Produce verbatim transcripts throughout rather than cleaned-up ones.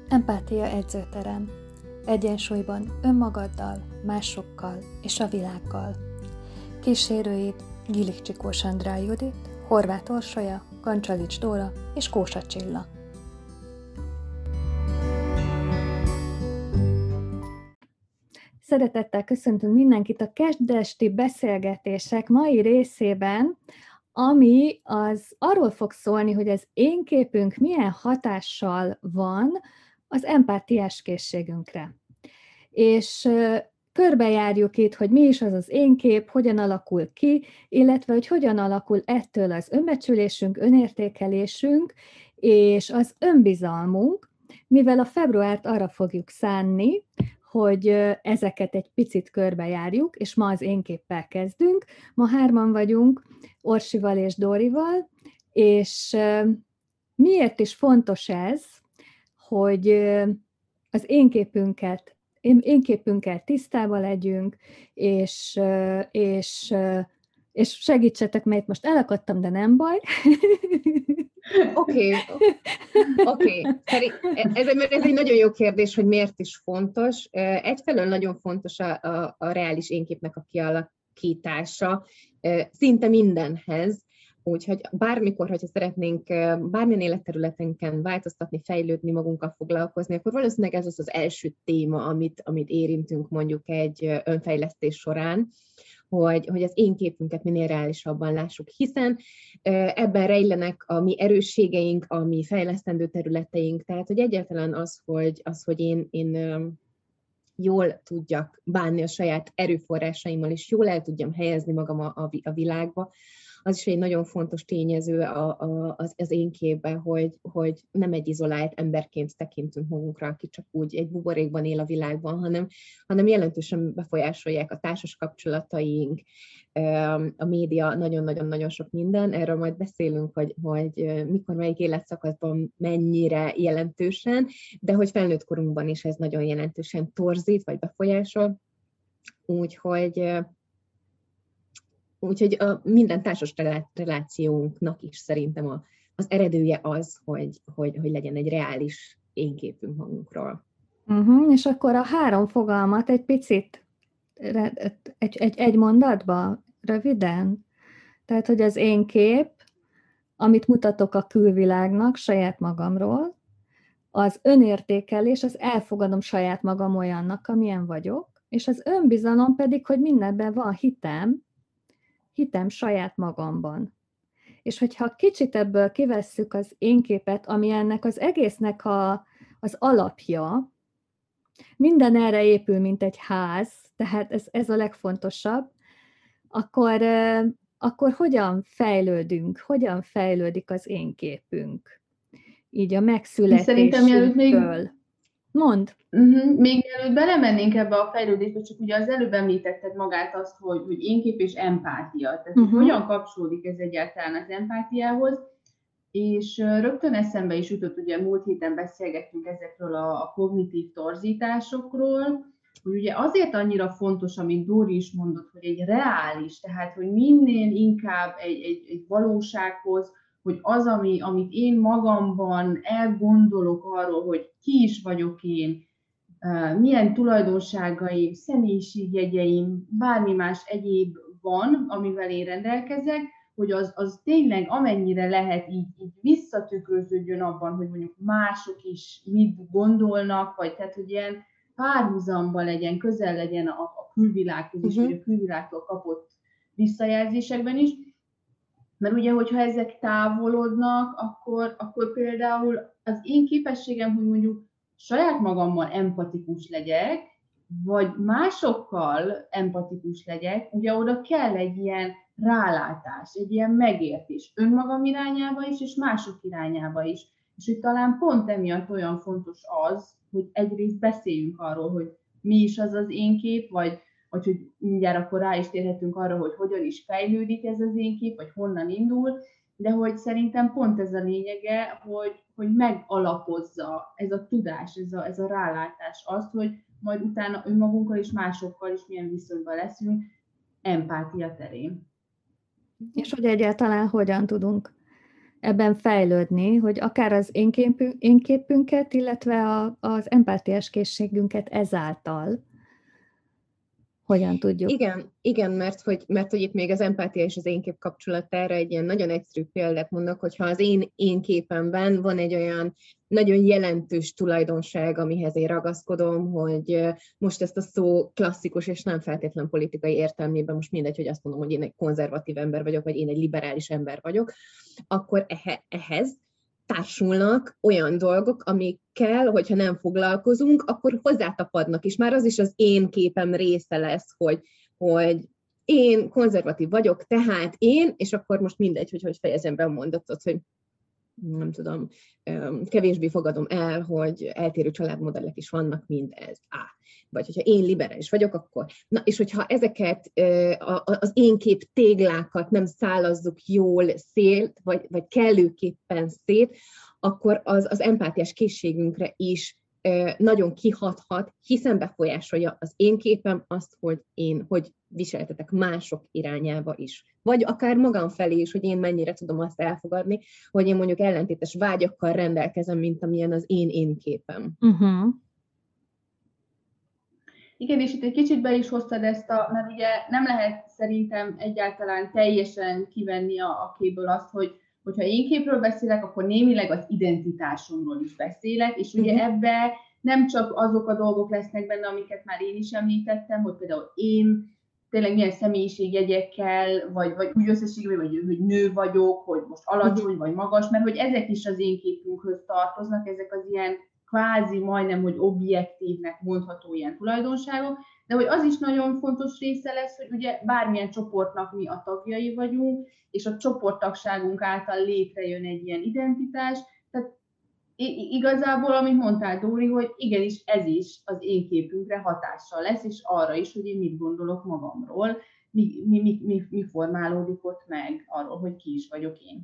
Empátia edzőterem. Egyensúlyban önmagaddal, másokkal és a világgal. Kísérőid Gilik Csikós Andrá Judit, Horváth Orsolya, Kancsalics Dóra és Kósa Csilla. Szeretettel köszöntünk mindenkit a kedvesti beszélgetések mai részében, ami az arról fog szólni, hogy az én képünk milyen hatással van az empátiás készségünkre. És körbejárjuk itt, hogy mi is az az én kép, hogyan alakul ki, illetve hogy hogyan alakul ettől az önbecsülésünk, önértékelésünk és az önbizalmunk, mivel a februárt arra fogjuk szánni, hogy ezeket egy picit körbejárjuk, és ma az én képpel kezdünk. Ma hárman vagyunk, Orsival és Dórival, és miért is fontos ez, hogy az én képünket, én képünkkel tisztában legyünk, és, és, és segítsetek, mert most elakadtam, de nem baj. Oké, oké. Ez, ez egy nagyon jó kérdés, hogy miért is fontos. Egyfelől nagyon fontos a, a, a reális énképnek a kialakítása szinte mindenhez, úgyhogy bármikor, hogyha szeretnénk bármilyen életterületenken változtatni, fejlődni, magunkkal foglalkozni, akkor valószínűleg ez az az első téma, amit, amit érintünk mondjuk egy önfejlesztés során, hogy, hogy az én képünket minél reálisabban lássuk, hiszen ebben rejlenek a mi erősségeink, a mi fejlesztendő területeink, tehát hogy egyáltalán az, hogy, az, hogy én, én jól tudjak bánni a saját erőforrásaimmal, és jól el tudjam helyezni magam a, a, a világba, az is egy nagyon fontos tényező a, a, az, az én képben, hogy, hogy nem egy izolált emberként tekintünk magunkra, aki csak úgy egy buborékban él a világban, hanem, hanem jelentősen befolyásolják a társas kapcsolataink, a média, nagyon-nagyon-nagyon sok minden. Erről majd beszélünk, hogy, hogy mikor, melyik életszakaszban mennyire jelentősen, de hogy felnőtt korunkban is ez nagyon jelentősen torzít, vagy befolyásol. Úgyhogy Úgyhogy a minden társas relációnknak is szerintem a, az eredője az, hogy, hogy, hogy legyen egy reális énképünk magunkról. Uh-huh, és akkor a három fogalmat egy picit, egy, egy, egy mondatba, röviden. Tehát, hogy az én kép, amit mutatok a külvilágnak, saját magamról, az önértékelés, az elfogadom saját magam olyannak, amilyen vagyok, és az önbizalom pedig, hogy mindenben van hitem, hitem saját magamban. És hogyha kicsit ebből kivesszük az én képet, ami ennek az egésznek a, az alapja, minden erre épül, mint egy ház, tehát ez, ez a legfontosabb, akkor, akkor hogyan fejlődünk, hogyan fejlődik az én képünk? Így a megszületésünktől. Mondd! Uh-huh. Még mielőtt belemennénk ebbe a fejlődésbe, csak ugye az előbb említetted magát azt, hogy, hogy énkép és empátia. Tehát uh-huh. hogyan kapcsolódik ez egyáltalán az empátiához, és rögtön eszembe is jutott, ugye múlt héten beszélgettünk ezekről a, a kognitív torzításokról, hogy ugye azért annyira fontos, amit Dóri is mondott, hogy egy reális, tehát hogy minél inkább egy, egy, egy valósághoz, hogy az, ami, amit én magamban elgondolok arról, hogy ki is vagyok én, milyen tulajdonságaim, személyiségjegyeim, bármi más egyéb van, amivel én rendelkezek, hogy az, az tényleg amennyire lehet így, így visszatükröződjön abban, hogy mondjuk mások is mit gondolnak, vagy tehát, hogy ilyen párhuzamban legyen, közel legyen a, a külvilághoz is, uh-huh. vagy a külvilágtól kapott visszajelzésekben is. Mert ugye, hogyha ezek távolodnak, akkor, akkor például az én képességem, hogy mondjuk saját magammal empatikus legyek, vagy másokkal empatikus legyek, ugye oda kell egy ilyen rálátás, egy ilyen megértés önmagam irányába is, és mások irányába is. És hogy talán pont emiatt olyan fontos az, hogy egyrészt beszéljünk arról, hogy mi is az az én kép, vagy vagy hogy mindjárt akkor rá is térhetünk arra, hogy hogyan is fejlődik ez az én kép, vagy honnan indul, de hogy szerintem pont ez a lényege, hogy, hogy megalapozza ez a tudás, ez a, ez a rálátás azt, hogy majd utána önmagunkkal és másokkal is milyen viszonyban leszünk empátia terén. És hogy egyáltalán hogyan tudunk ebben fejlődni, hogy akár az én, képünk, én képünket, illetve a, az empátiás készségünket ezáltal hogyan tudjuk. Igen, igen, mert hogy, mert hogy itt még az empátia és az én kép kapcsolatára egy ilyen nagyon egyszerű példát mondok, hogyha az én, én képemben van egy olyan nagyon jelentős tulajdonság, amihez én ragaszkodom, hogy most ezt a szó klasszikus és nem feltétlen politikai értelmében, most mindegy, hogy azt mondom, hogy én egy konzervatív ember vagyok, vagy én egy liberális ember vagyok, akkor ehhez társulnak olyan dolgok, amikkel, hogyha nem foglalkozunk, akkor hozzátapadnak, és már az is az én képem része lesz, hogy, hogy én konzervatív vagyok, tehát én, és akkor most mindegy, hogy hogy fejezem be a mondatot, hogy nem tudom, kevésbé fogadom el, hogy eltérő családmodellek is vannak, mint ez. Á. Vagy hogyha én liberális vagyok, akkor... Na, és hogyha ezeket, az én kép téglákat nem szálazzuk jól szét, vagy, vagy kellőképpen szét, akkor az, az empátiás készségünkre is nagyon kihathat, hiszen befolyásolja az én képem azt, hogy én hogy viseltetek mások irányába is. Vagy akár magam felé is, hogy én mennyire tudom azt elfogadni, hogy én mondjuk ellentétes vágyakkal rendelkezem, mint amilyen az én én képem. Uh-huh. Igen, és itt egy kicsit be is hoztad ezt a, mert ugye nem lehet szerintem egyáltalán teljesen kivenni a, a képből azt, hogy hogyha én képről beszélek, akkor némileg az identitásomról is beszélek, és ugye uh-huh. ebbe nem csak azok a dolgok lesznek benne, amiket már én is említettem, hogy például én tényleg milyen személyiségjegyekkel, vagy, vagy úgy összességében, vagy hogy nő vagyok, hogy most alacsony vagy magas, mert hogy ezek is az én képünkhöz tartoznak, ezek az ilyen kvázi majdnem, hogy objektívnek mondható ilyen tulajdonságok, de hogy az is nagyon fontos része lesz, hogy ugye bármilyen csoportnak mi a tagjai vagyunk, és a csoporttagságunk által létrejön egy ilyen identitás, tehát igazából, amit mondtál, Dóri, hogy igenis ez is az én képünkre hatással lesz, és arra is, hogy én mit gondolok magamról, mi, mi, mi, mi, mi formálódik ott meg arról, hogy ki is vagyok én.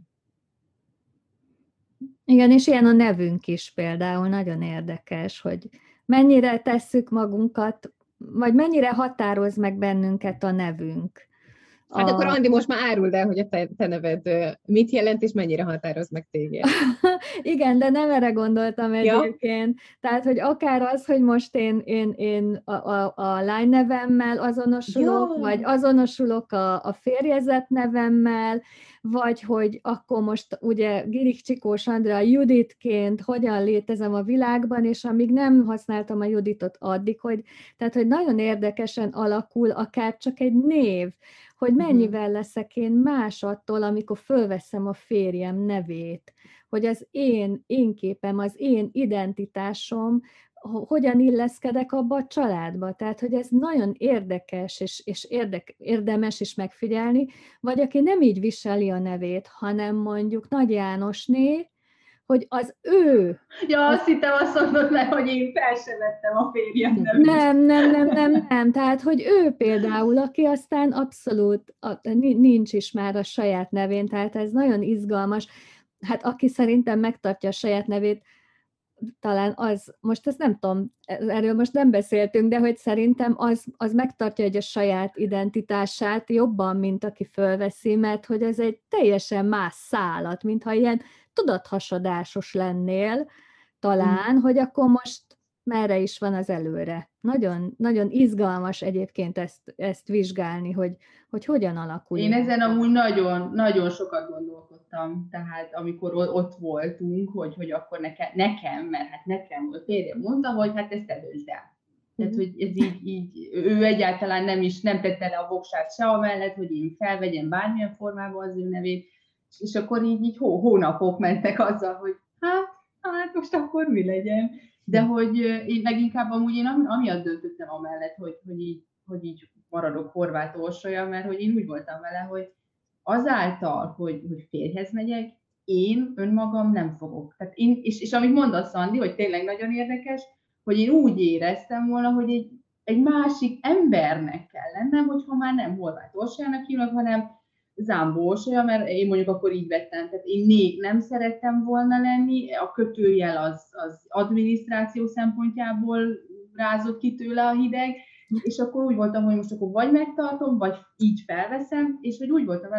Igen, és ilyen a nevünk is például nagyon érdekes, hogy mennyire tesszük magunkat, vagy mennyire határoz meg bennünket a nevünk. Hát a... akkor Andi, most már áruld el, hogy a te, te neved mit jelent, és mennyire határoz meg téged. Igen, de nem erre gondoltam egyébként. Ja. Tehát, hogy akár az, hogy most én, én, én a, a, a lánynevemmel azonosulok, ja. vagy azonosulok a, a férjezett nevemmel, vagy hogy akkor most ugye Gilik Csikós Andrea Juditként hogyan létezem a világban, és amíg nem használtam a Juditot addig, hogy, tehát, hogy nagyon érdekesen alakul akár csak egy név, hogy mennyivel leszek én más attól, amikor fölveszem a férjem nevét, hogy az én, én képem, az én identitásom, hogyan illeszkedek abba a családba. Tehát, hogy ez nagyon érdekes, és, és érdek, érdemes is megfigyelni, vagy aki nem így viseli a nevét, hanem mondjuk Nagy Jánosné, hogy az ő... Ja, azt hittem azt mondod le, hogy én fel sem vettem a férjem nevét. Nem, nem, nem, nem, nem. Tehát, hogy ő például, aki aztán abszolút nincs is már a saját nevén, tehát ez nagyon izgalmas. Hát aki szerintem megtartja a saját nevét, talán az, most ezt nem tudom, erről most nem beszéltünk, de hogy szerintem az, az megtartja egy a saját identitását jobban, mint aki fölveszi, mert hogy ez egy teljesen más szálat, mintha ilyen tudathasadásos lennél talán, mm. hogy akkor most merre is van az előre. Nagyon, nagyon izgalmas egyébként ezt, ezt vizsgálni, hogy, hogy hogyan alakul. Én ezen amúgy nagyon, nagyon sokat gondolkodtam, tehát amikor ott voltunk, hogy, hogy akkor nekem, nekem, mert hát nekem a férjem mondta, hogy hát ezt te döntsd el. Tehát, hogy ez így, így, ő egyáltalán nem is, nem tette le a voksát se amellett, hogy én felvegyem bármilyen formában az ő nevét, és akkor így, így hó, hónapok mentek azzal, hogy hát, hát most akkor mi legyen. De hogy én leginkább amúgy én amiatt döntöttem amellett, hogy, hogy, így, hogy így maradok Horváth Orsolya, mert hogy én úgy voltam vele, hogy azáltal, hogy, hogy férjhez megyek, én önmagam nem fogok. Tehát én, és, és amit mondasz, Andi, hogy tényleg nagyon érdekes, hogy én úgy éreztem volna, hogy egy, egy másik embernek kell lennem, hogyha már nem Horváth Orsolyának hívnak, hanem Zámbó Orsolya, mert én mondjuk akkor így vettem, tehát én még nem szerettem volna lenni, a kötőjel az, az adminisztráció szempontjából rázott ki tőle a hideg, és akkor úgy voltam, hogy most akkor vagy megtartom, vagy így felveszem, és hogy úgy voltam vele, hogy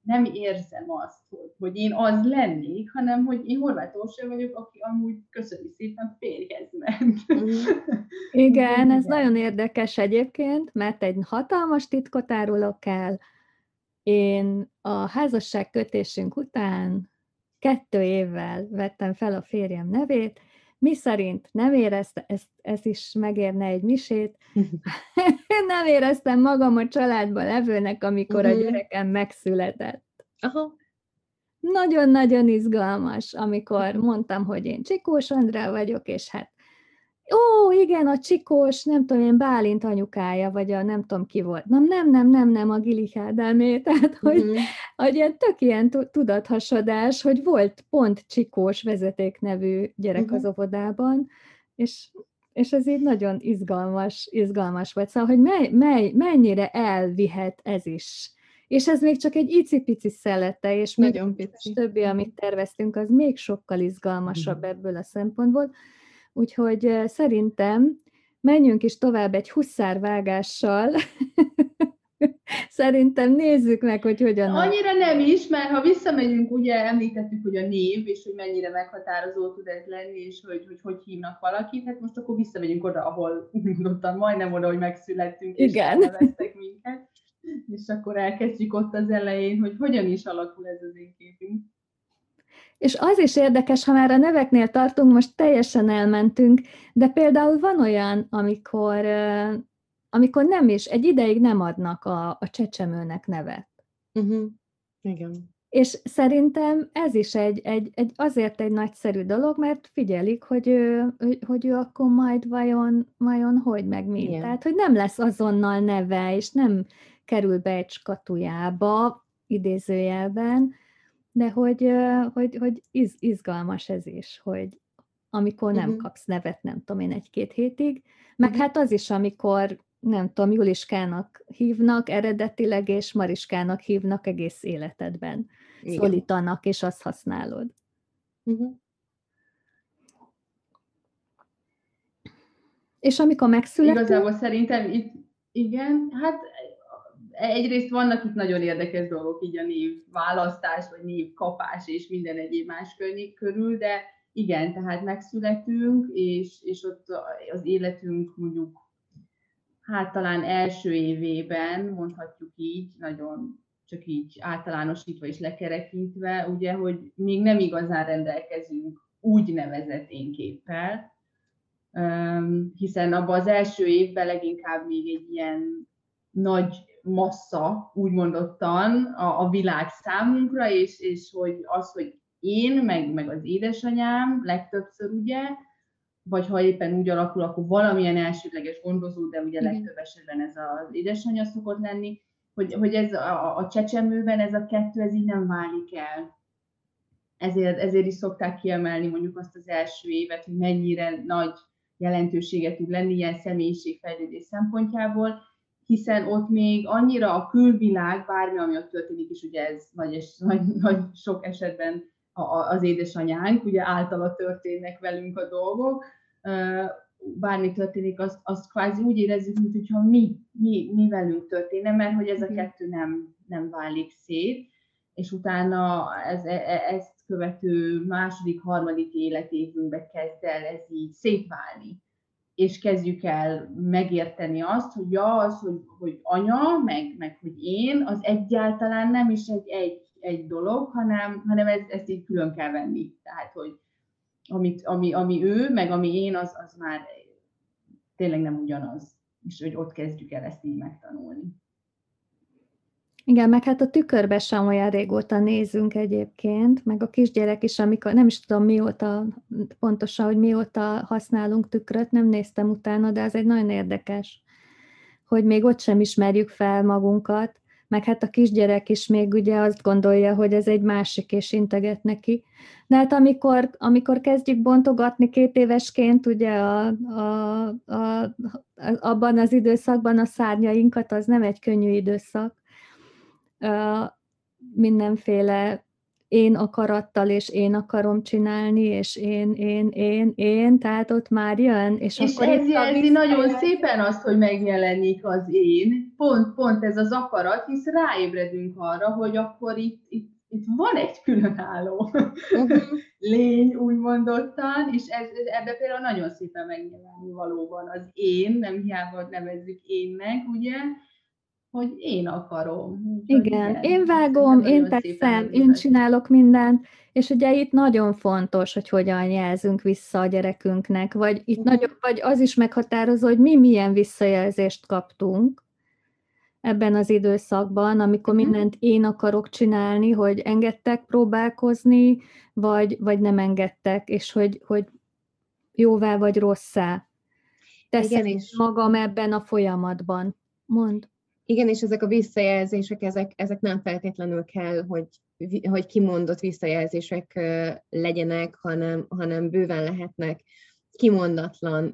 nem érzem azt, hogy, hogy én az lennék, hanem hogy én Horváth Orsolya vagyok, aki amúgy köszöni szépen férjhez ment. Igen, ez nagyon érdekes egyébként, mert egy hatalmas titkot árulok el. Én a házasságkötésünk után kettő évvel vettem fel a férjem nevét, mi szerint nem érezte, ez, ez is megérne egy misét, nem éreztem magam a családban levőnek, amikor uh-huh. a gyerekem megszületett. Aha. Nagyon-nagyon izgalmas, amikor mondtam, hogy én Csikós Andrá vagyok, és hát ó, igen, a Csikós, nem tudom, én Bálint anyukája, vagy a nem tudom ki volt. Nem, nem, nem, nem, nem, a Gilich Ádámé, tehát, hogy, uh-huh. hogy ilyen tök ilyen tudathasadás, hogy volt pont Csikós vezetéknevű gyerek uh-huh. az óvodában, és, és ez így nagyon izgalmas, izgalmas volt. Szóval, hogy mely, mely, mennyire elvihet ez is. És ez még csak egy icipici szelete, és még többi, amit terveztünk, az még sokkal izgalmasabb uh-huh. ebből a szempontból. Úgyhogy szerintem menjünk is tovább egy huszárvágással. Szerintem nézzük meg, hogy hogyan... Annyira nem is, mert ha visszamegyünk, ugye említettük, hogy a név, és hogy mennyire meghatározó tud ez lenni, és hogy hogy, hogy hívnak valakit, hát most akkor visszamegyünk oda, ahol mondottam, majdnem oda, hogy megszülettünk, és elneveztek minket. És akkor elkezdjük ott az elején, hogy hogyan is alakul ez az én képünk. És az is érdekes, ha már a neveknél tartunk, most teljesen elmentünk, de például van olyan, amikor, amikor nem is, egy ideig nem adnak a, a csecsemőnek nevet. Uh-huh. Igen. És szerintem ez is egy, egy, egy, azért egy nagyszerű dolog, mert figyelik, hogy ő, hogy ő akkor majd vajon, vajon hogy, meg mi. Igen. Tehát, hogy nem lesz azonnal neve, és nem kerül be egy skatujába, idézőjelben, de hogy, hogy, hogy iz, izgalmas ez is, hogy amikor nem uh-huh. kapsz nevet, nem tudom én, egy-két hétig, meg uh-huh. hát az is, amikor, nem tudom, Juliskának hívnak eredetileg, és Mariskának hívnak egész életedben. Igen. Szólítanak, és azt használod. Uh-huh. És amikor megszületünk... Igazából szerintem itt, igen, hát egyrészt vannak itt nagyon érdekes dolgok, így a névválasztás, vagy névkapás, és minden egyéb más környék körül, de igen, tehát megszületünk, és, és ott az életünk mondjuk, hát talán első évében, mondhatjuk így, nagyon csak így általánosítva és lekerekítve, ugye, hogy még nem igazán rendelkezünk úgy nevezett énképpel, hiszen abban az első évben leginkább még egy ilyen nagy massza, úgy mondottan, a, a világ számunkra, és, és hogy az, hogy én, meg, meg az édesanyám legtöbbször ugye, vagy ha éppen úgy alakul, akkor valamilyen elsődleges gondozó, de ugye legtöbb esetben ez az édesanyja szokott lenni, hogy, hogy ez a, a csecsemőben ez a kettő, ez így nem válik el. Ezért, ezért is szokták kiemelni mondjuk azt az első évet, hogy mennyire nagy jelentősége tud lenni ilyen személyiségfejlődés szempontjából, hiszen ott még annyira a külvilág, bármi, ami ott történik, és ugye ez nagy, és, nagy, nagy sok esetben az édesanyánk, ugye általa történnek velünk a dolgok, bármi történik, azt, azt kvázi úgy érezzük, mintha mi, mi, mi velünk történne, mert hogy ez a kettő nem, nem válik szét, és utána ez, ezt követő második, harmadik életévünkbe kezd el ez így szétválni. És kezdjük el megérteni azt, hogy ja, az, hogy, hogy anya, meg, meg hogy én, az egyáltalán nem is egy, egy, egy dolog, hanem, hanem ez, ezt így külön kell venni. Tehát, hogy amit, ami, ami ő, meg ami én, az, az már tényleg nem ugyanaz. És hogy ott kezdjük el ezt így megtanulni. Igen, meg hát a tükörbe sem olyan régóta nézünk egyébként, meg a kisgyerek is, amikor nem is tudom mióta, pontosan, hogy mióta használunk tükröt, nem néztem utána, de ez egy nagyon érdekes, hogy még ott sem ismerjük fel magunkat, meg hát a kisgyerek is még ugye azt gondolja, hogy ez egy másik, és integet neki. De hát amikor, amikor kezdjük bontogatni két évesként, ugye a, a, a, abban az időszakban a szárnyainkat, az nem egy könnyű időszak. Uh, mindenféle én akarattal, és én akarom csinálni, és én, én, én, én, tehát ott már jön, és, és akkor ez itt jelzi nagyon szépen azt, hogy megjelenik az én, pont, pont ez az akarat, hisz ráébredünk arra, hogy akkor itt, itt, itt van egy különálló uh-huh. lény, úgy mondottan, és ez, ebbe például nagyon szépen megjelenni valóban az én, nem hiába nevezzük énnek, ugye, hogy én akarom. Igen, igen, én vágom, én teszem, én csinálok mindent, és ugye itt nagyon fontos, hogy hogyan jelzünk vissza a gyerekünknek, vagy itt uh-huh. nagyon, vagy az is meghatározó, hogy mi milyen visszajelzést kaptunk ebben az időszakban, amikor uh-huh. mindent én akarok csinálni, hogy engedtek próbálkozni, vagy, vagy nem engedtek, és hogy, hogy jóvá vagy rosszá teszem és... magam ebben a folyamatban. Mondd. Igen, és ezek a visszajelzések, ezek, ezek nem feltétlenül kell, hogy, hogy kimondott visszajelzések legyenek, hanem, hanem bőven lehetnek kimondatlan,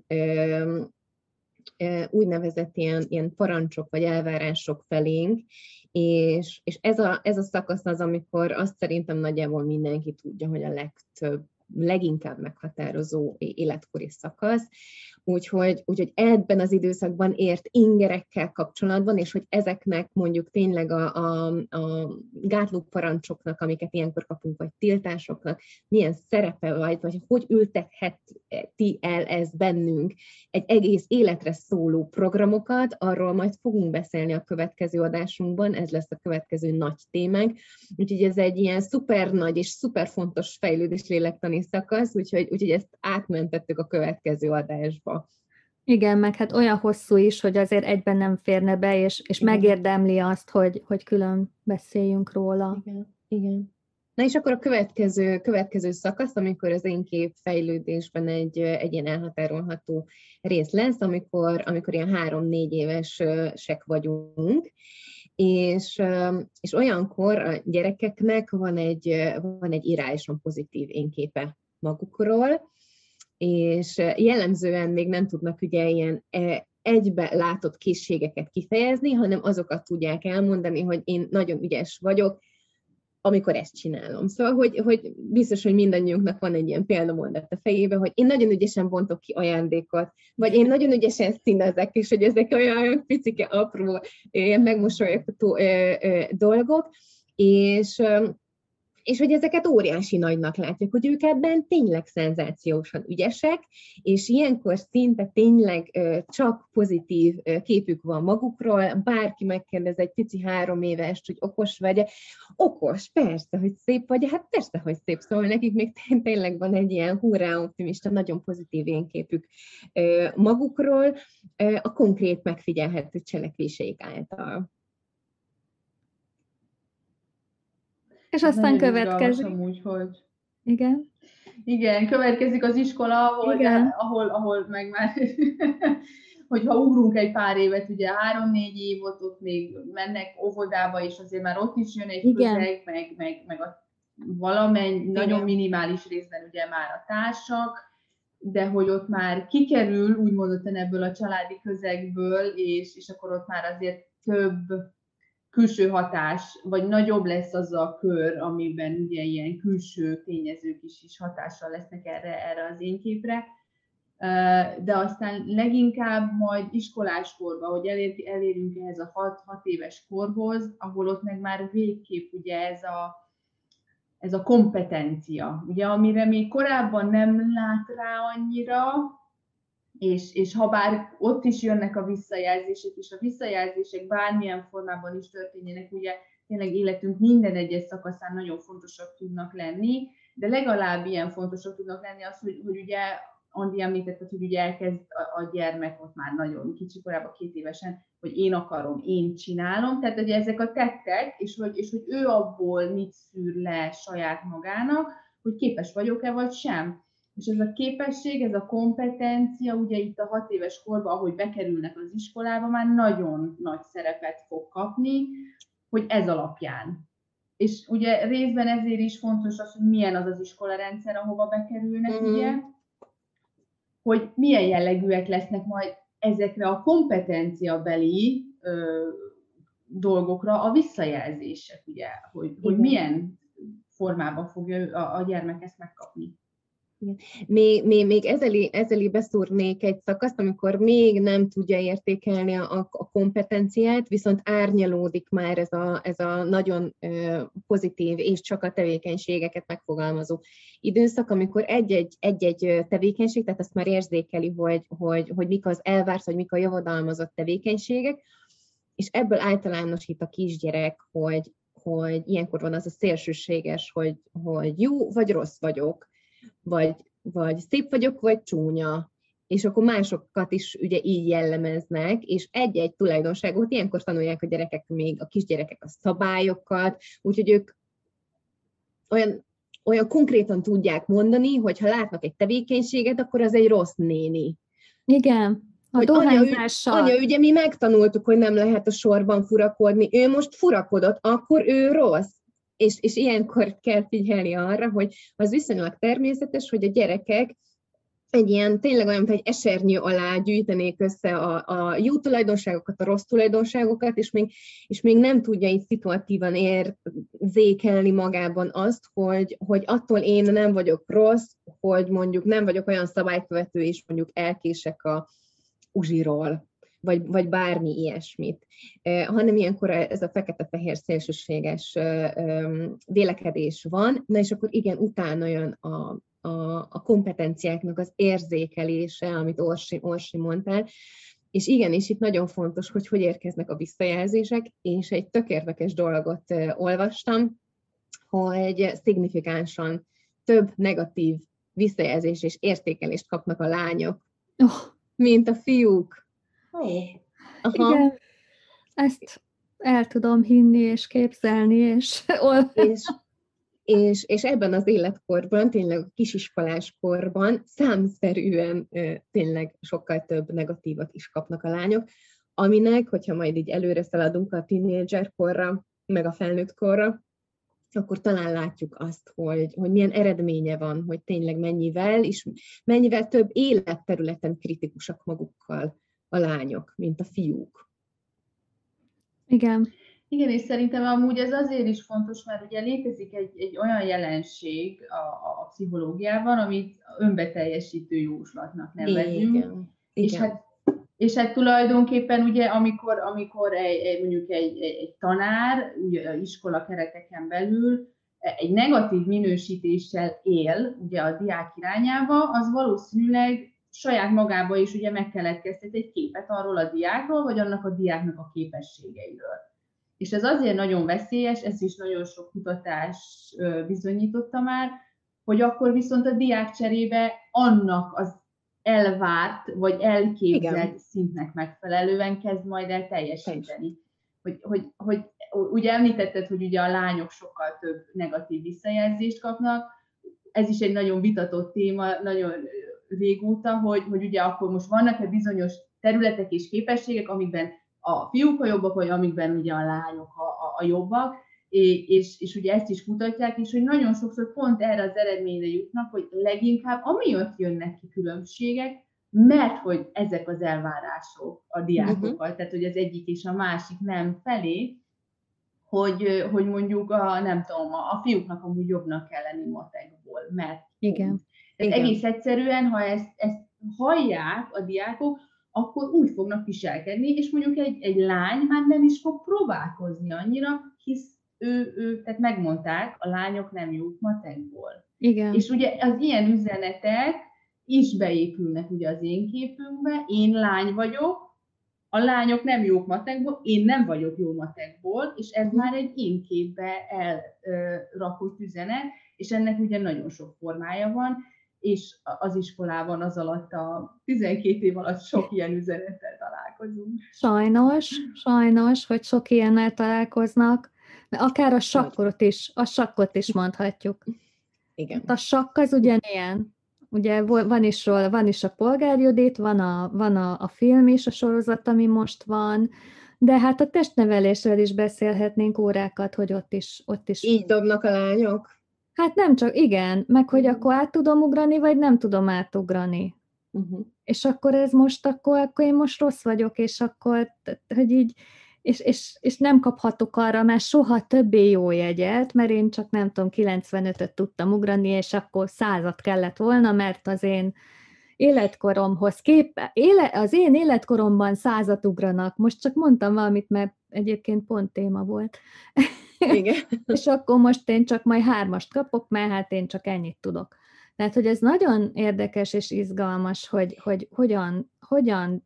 úgynevezett ilyen, ilyen parancsok vagy elvárások felénk, és, és ez, a, ez a szakasz az, amikor azt szerintem nagyjából mindenki tudja, hogy a legtöbb, leginkább meghatározó életkori szakasz, úgyhogy, úgyhogy ebben az időszakban ért ingerekkel kapcsolatban, és hogy ezeknek mondjuk tényleg a, a, a gátló parancsoknak, amiket ilyenkor kapunk, vagy tiltásoknak, milyen szerepe vagy, vagy hogy ültetheti el ez bennünk egy egész életre szóló programokat, arról majd fogunk beszélni a következő adásunkban, ez lesz a következő nagy témánk, úgyhogy ez egy ilyen szuper nagy és szuper fontos fejlődés lélektani szakasz, úgyhogy, úgyhogy ezt átmentettük a következő adásba. Igen, meg hát olyan hosszú is, hogy azért egyben nem férne be, és, és megérdemli azt, hogy, hogy külön beszéljünk róla. Igen, igen. Na és akkor a következő, következő szakasz, amikor az énkép fejlődésben egy, egy ilyen elhatárolható rész lesz, amikor, amikor ilyen három-négy évesek vagyunk, és, és olyankor a gyerekeknek van egy, van egy irányosan pozitív énképe magukról, és jellemzően még nem tudnak ugye ilyen egybe látott készségeket kifejezni, hanem azokat tudják elmondani, hogy én nagyon ügyes vagyok, amikor ezt csinálom. Szóval, hogy, hogy biztos, hogy mindannyiunknak van egy ilyen példamondat a fejében, hogy én nagyon ügyesen bontok ki ajándékot, vagy én nagyon ügyesen színezek, és hogy ezek olyan, olyan picike, apró, ilyen megmosolyogtató dolgok, és... és hogy ezeket óriási nagynak látják, hogy ők ebben tényleg szenzációsan ügyesek, és ilyenkor szinte tényleg csak pozitív képük van magukról, bárki megkérdez egy pici három évest, hogy okos vagy, okos, persze, hogy szép vagy, hát persze, hogy szép, szóval nekik még tényleg van egy ilyen hurrá optimista, nagyon pozitív én képük magukról, a konkrét megfigyelhető cselekvéseik által. És aztán nagyon következik. Amúgy, hogy... Igen. Igen, következik az iskola, ahol, Igen. ahol, ahol meg már, hogyha ugrunk egy pár évet, ugye három-négy év ott, ott még mennek óvodába, és azért már ott is jön egy Igen. közeg, meg, meg, meg a valamennyi, nagyon minimális részben ugye már a társak, de hogy ott már kikerül, úgymond ebből a családi közegből, és, és akkor ott már azért több külső hatás, vagy nagyobb lesz az a kör, amiben ugye ilyen külső tényezők is, is hatással lesznek erre, erre az én képre. De aztán leginkább majd iskoláskorban, hogy elér, elérünk ehhez a hat éves korhoz, ahol ott meg már végképp ugye ez a, ez a kompetencia, ugye, amire még korábban nem lát rá annyira, És, és ha bár ott is jönnek a visszajelzések, és a visszajelzések bármilyen formában is történjenek, ugye tényleg életünk minden egyes szakaszán nagyon fontosak tudnak lenni, de legalább ilyen fontosak tudnak lenni az, hogy, hogy ugye Andi említetted, hogy ugye elkezd a, a gyermek ott már nagyon kicsi korában, két évesen, hogy én akarom, én csinálom, tehát ugye ezek a tettek, és hogy, és hogy ő abból mit szűr le saját magának, hogy képes vagyok-e vagy sem. És ez a képesség, ez a kompetencia, ugye itt a hat éves korban, ahogy bekerülnek az iskolába, már nagyon nagy szerepet fog kapni, hogy ez alapján. És ugye részben ezért is fontos az, hogy milyen az az iskolarendszer, ahova bekerülnek, mm-hmm. ugye, hogy milyen jellegűek lesznek majd ezekre a kompetenciabeli ö, dolgokra a visszajelzések, ugye, hogy, hogy milyen formában fogja a, a gyermek ezt megkapni. Még, még, még ezeli, ezeli beszúrnék egy szakaszt, amikor még nem tudja értékelni a, a kompetenciát, viszont árnyalódik már ez a, ez a nagyon uh, pozitív és csak a tevékenységeket megfogalmazó időszak, amikor egy-egy, egy-egy tevékenység, tehát azt már érzékeli, hogy, hogy, hogy mik az elvárt, vagy mik a javadalmazott tevékenységek, és ebből általánosít a kisgyerek, hogy, hogy ilyenkor van az a szélsőséges, hogy, hogy jó vagy rossz vagyok, Vagy, vagy szép vagyok, vagy csúnya. És akkor másokat is ugye így jellemeznek, és egy-egy tulajdonságot ilyenkor tanulják a gyerekek, még a kisgyerekek a szabályokat, úgyhogy ők olyan, olyan konkrétan tudják mondani, hogy ha látnak egy tevékenységet, akkor az egy rossz néni. Igen, a dohányzással. Anya, anya, ugye mi megtanultuk, hogy nem lehet a sorban furakodni, ő most furakodott, akkor ő rossz. És, és ilyenkor kell figyelni arra, hogy az viszonylag természetes, hogy a gyerekek egy ilyen, tényleg olyan, mint egy esernyő alá gyűjtenék össze a, a jó tulajdonságokat, a rossz tulajdonságokat, és még, és még nem tudja így szituatívan érzékelni magában azt, hogy, hogy attól én nem vagyok rossz, hogy mondjuk nem vagyok olyan szabálykövető, és mondjuk elkések a uzsiról. Vagy, vagy bármi ilyesmit, eh, hanem ilyenkor ez a fekete-fehér szélsőséges eh, vélekedés van, na és akkor igen, utána jön a, a, a kompetenciáknak az érzékelése, amit Orsi, Orsi mondtál, és igenis itt nagyon fontos, hogy hogy érkeznek a visszajelzések, és egy tök érdekes dolgot eh, olvastam, hogy szignifikánsan több negatív visszajelzés és értékelést kapnak a lányok, oh. mint a fiúk. Oh. Aha. Igen, ezt el tudom hinni, és képzelni, és... és, és, és ebben az életkorban, tényleg a kisiskolás korban számszerűen tényleg sokkal több negatívat is kapnak a lányok, aminek, hogyha majd így előre szaladunk a tínédzser korra, meg a felnőtt korra, akkor talán látjuk azt, hogy, hogy milyen eredménye van, hogy tényleg mennyivel, és mennyivel több életterületen kritikusak magukkal a lányok, mint a fiúk. Igen. Igen, és szerintem amúgy ez azért is fontos, mert ugye létezik egy, egy olyan jelenség a, a pszichológiában, amit önbeteljesítő jóslatnak nevezünk. Igen. És, Igen. hát, és hát tulajdonképpen ugye, amikor, amikor egy, egy, mondjuk egy, egy tanár, ugye az iskola kereteken belül egy negatív minősítéssel él ugye a diák irányába, az valószínűleg saját magába is ugye megkeletkeztet egy képet arról a diákról, vagy annak a diáknak a képességeiről. És ez azért nagyon veszélyes, ez is nagyon sok kutatás bizonyította már, hogy akkor viszont a diák cserébe annak az elvárt, vagy elképzelt Igen. szintnek megfelelően kezd majd el teljesíteni. Hogy, hogy, hogy, ugye említetted, hogy ugye a lányok sokkal több negatív visszajelzést kapnak, ez is egy nagyon vitatott téma, nagyon régóta, hogy, hogy ugye akkor most vannak-e bizonyos területek és képességek, amikben a fiúk a jobbak, vagy amikben ugye a lányok a, a, a jobbak, és, és, és ugye ezt is mutatják, és hogy nagyon sokszor pont erre az eredményre jutnak, hogy leginkább amiatt jönnek ki különbségek, mert hogy ezek az elvárások a diákokkal, uh-huh. tehát hogy az egyik és a másik nem felé, hogy, hogy mondjuk a, nem tudom, a fiúknak amúgy jobbnak kell lenni matekból, mert Igen. Tehát egész egyszerűen, ha ezt, ezt hallják a diákok, akkor úgy fognak viselkedni, és mondjuk egy, egy lány már nem is fog próbálkozni annyira, hisz ő, ő, tehát megmondták, a lányok nem jók matekból. Igen. És ugye az ilyen üzenetek is beépülnek ugye az én képünkbe, én lány vagyok, a lányok nem jók matekból, én nem vagyok jó matekból, és ez már egy én képbe elrakott üzenet, és ennek ugye nagyon sok formája van, és az iskolában az alatt a tizenkét év alatt sok ilyen üzenettel találkozunk. Sajnos, sajnos, hogy sok ilyennel találkoznak, de akár a sakkot is, a sakkot is mondhatjuk. Igen. A sakk az ugyanilyen. Ugye van is róla, van is a Polgár Judit, van a, van a, a film is, a sorozat, ami most van, de hát a testnevelésről is beszélhetnénk órákat, hogy ott is... Ott is... Így dobnak a lányok? Hát nem csak, igen, meg hogy akkor át tudom ugrani, vagy nem tudom átugrani. Uh-huh. És akkor ez most, akkor, akkor én most rossz vagyok, és akkor, hogy így, és, és, és nem kaphatok arra már soha többé jó jegyet, mert én csak nem tudom, kilencvenötöt tudtam ugrani, és akkor százat kellett volna, mert az én életkoromhoz kép, éle, az én életkoromban százat ugranak. Most csak mondtam valamit, mert egyébként pont téma volt. Igen. És akkor most én csak majd hármast kapok, mert hát én csak ennyit tudok. Tehát, hogy ez nagyon érdekes és izgalmas, hogy, hogy hogyan, hogyan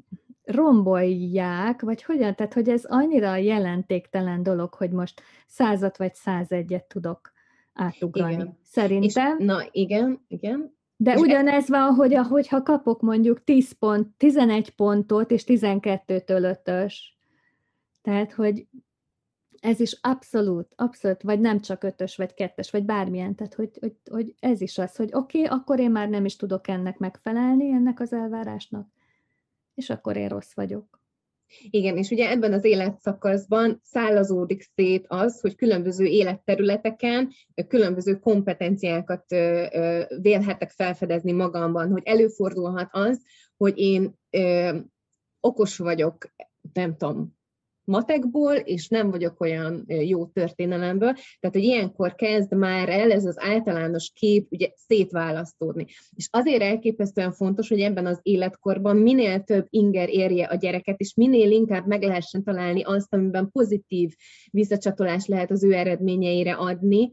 rombolják, vagy hogyan, tehát, hogy ez annyira jelentéktelen dolog, hogy most százat vagy százegyet tudok átugrani. Igen. Szerintem. És, na, igen, igen. De és ugyanez ez... van, hogy ahogyha kapok mondjuk tíz pont, tizenegy pontot, és tizenkettőtől ötös. Tehát, hogy ez is abszolút, abszolút, vagy nem csak ötös, vagy kettes, vagy bármilyen, tehát, hogy, hogy, hogy ez is az, hogy oké, okay, akkor én már nem is tudok ennek megfelelni, ennek az elvárásnak, és akkor én rossz vagyok. Igen, és ugye ebben az életszakaszban szálazódik szét az, hogy különböző életterületeken különböző kompetenciákat vélhetek felfedezni magamban, hogy előfordulhat az, hogy én ö, okos vagyok, nem tudom, matekból, és nem vagyok olyan jó történelemből, tehát, hogy ilyenkor kezd már el ez az általános kép ugye szétválasztódni. És azért elképesztően fontos, hogy ebben az életkorban minél több inger érje a gyereket, és minél inkább meg lehessen találni azt, amiben pozitív visszacsatolás lehet az ő eredményeire adni.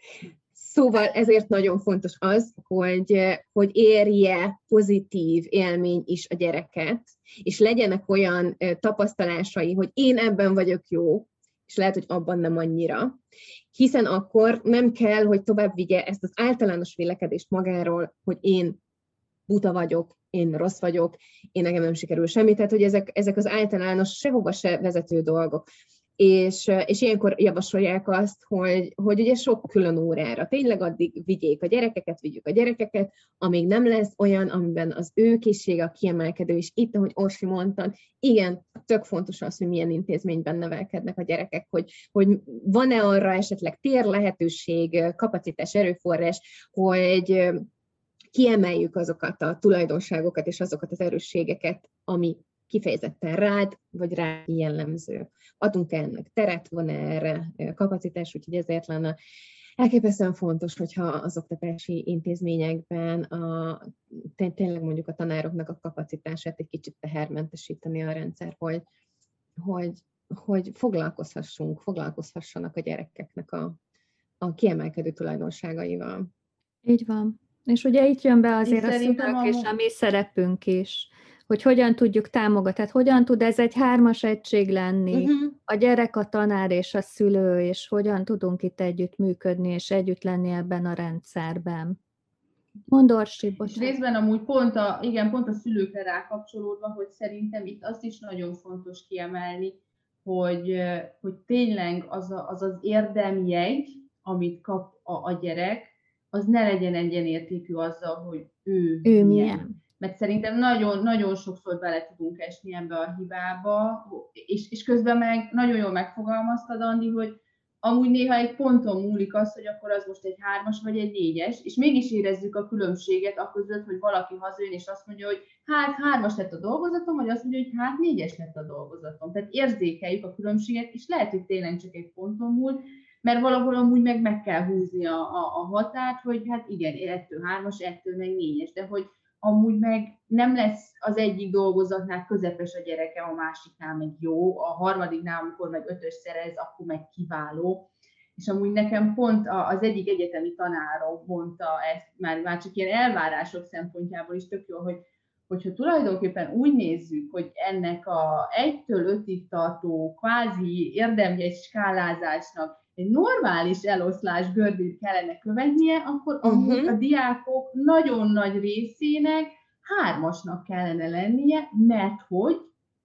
Szóval ezért nagyon fontos az, hogy, hogy érje pozitív élmény is a gyereket, és legyenek olyan tapasztalásai, hogy én ebben vagyok jó, és lehet, hogy abban nem annyira, hiszen akkor nem kell, hogy tovább vigye ezt az általános vélekedést magáról, hogy én buta vagyok, én rossz vagyok, én nekem nem sikerül semmi, tehát hogy ezek, ezek az általános sehova se vezető dolgok. És, és ilyenkor javasolják azt, hogy, hogy ugye sok külön órára, tényleg addig vigyék a gyerekeket, vigyük a gyerekeket, amíg nem lesz olyan, amiben az ő készsége a kiemelkedő, és itt, ahogy Orsi mondta, igen, tök fontos az, hogy milyen intézményben nevelkednek a gyerekek, hogy, hogy van-e arra esetleg tér, lehetőség, kapacitás, erőforrás, hogy kiemeljük azokat a tulajdonságokat és azokat az erősségeket, ami kifejezetten rád, vagy rá jellemző. Adunk ennek teret, van erre kapacitás, úgyhogy ezért lenne elképesztően fontos, hogyha az oktatási intézményekben a, tényleg mondjuk a tanároknak a kapacitását egy kicsit tehermentesíteni a rendszer, hogy, hogy, hogy foglalkozhassunk, foglalkozhassanak a gyerekeknek a, a kiemelkedő tulajdonságaival. Így van. És ugye itt jön be azért a szülők a... és a mi szerepünk is, hogy hogyan tudjuk támogatni, tehát hogyan tud ez egy hármas egység lenni, uh-huh. a gyerek, a tanár és a szülő, és hogyan tudunk itt együtt működni, és együtt lenni ebben a rendszerben. Mondd, Orsi, bocsánat. És részben amúgy pont a, igen, pont a szülőkre rákapcsolódva, hogy szerintem itt azt is nagyon fontos kiemelni, hogy, hogy tényleg az, a, az az érdemjegy, amit kap a, a gyerek, az ne legyen egyenértékű azzal, hogy ő, ő milyen. milyen. Mert szerintem nagyon, nagyon sokszor bele tudunk esni ebbe a hibába, és, és közben meg nagyon jól megfogalmaztad, Andi, hogy amúgy néha egy ponton múlik az, hogy akkor az most egy hármas vagy egy négyes, és mégis érezzük a különbséget a között, hogy valaki hazajön, és azt mondja, hogy hát hármas lett a dolgozatom, vagy azt mondja, hogy hát négyes lett a dolgozatom. Tehát érzékeljük a különbséget, és lehet, hogy tényleg csak egy ponton múl, mert valahol amúgy meg meg kell húzni a, a, a határt, hogy hát igen, ettől hármas, ettől meg négyes, de hogy amúgy meg nem lesz az egyik dolgozatnál közepes a gyereke, a másiknál meg jó, a harmadiknál, amikor meg ötös szerez, akkor meg kiváló. És amúgy nekem pont az egyik egyetemi tanárom mondta ezt, már, már csak ilyen elvárások szempontjából is tök jó, hogy hogyha tulajdonképpen úgy nézzük, hogy ennek a egytől ötig tartó kvázi érdemjegy skálázásnak egy normális eloszlás görbét kellene követnie, akkor uh-huh. a diákok nagyon nagy részének hármasnak kellene lennie, mert hogy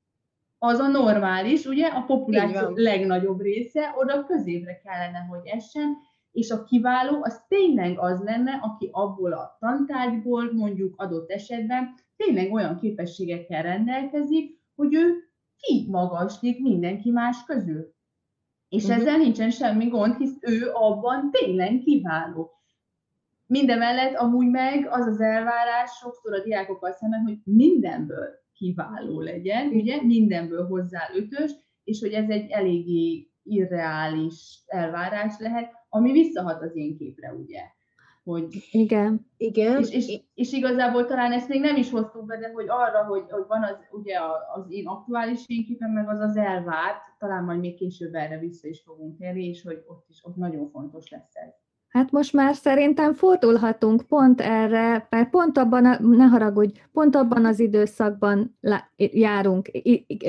az a normális, ugye, a populáció legnagyobb része, oda középre kellene, hogy essen, és a kiváló az tényleg az lenne, aki abból a tantárgyból, mondjuk adott esetben, tényleg olyan képességekkel rendelkezik, hogy ő kimagaslik mindenki más közül. És uh-huh. ezzel nincsen semmi gond, hisz ő abban tényleg kiváló. Mindemellett amúgy meg az az elvárás sokszor a diákokkal szemben, hogy mindenből kiváló legyen, ugye, mindenből hozzá ötös, és hogy ez egy eléggé irreális elvárás lehet, ami visszahat az én képre, ugye? Hogy, igen. Igen. És, és, és igazából talán ezt még nem is hoztuk be, de hogy arra, hogy, hogy van az, ugye az én aktuális fényképem, meg az az elvárt, talán majd még később erre vissza is fogunk térni, és hogy ott is ott nagyon fontos lesz ez. Hát most már szerintem fordulhatunk pont erre, mert pont abban, a, ne haragudj, pont abban az időszakban járunk, i, i,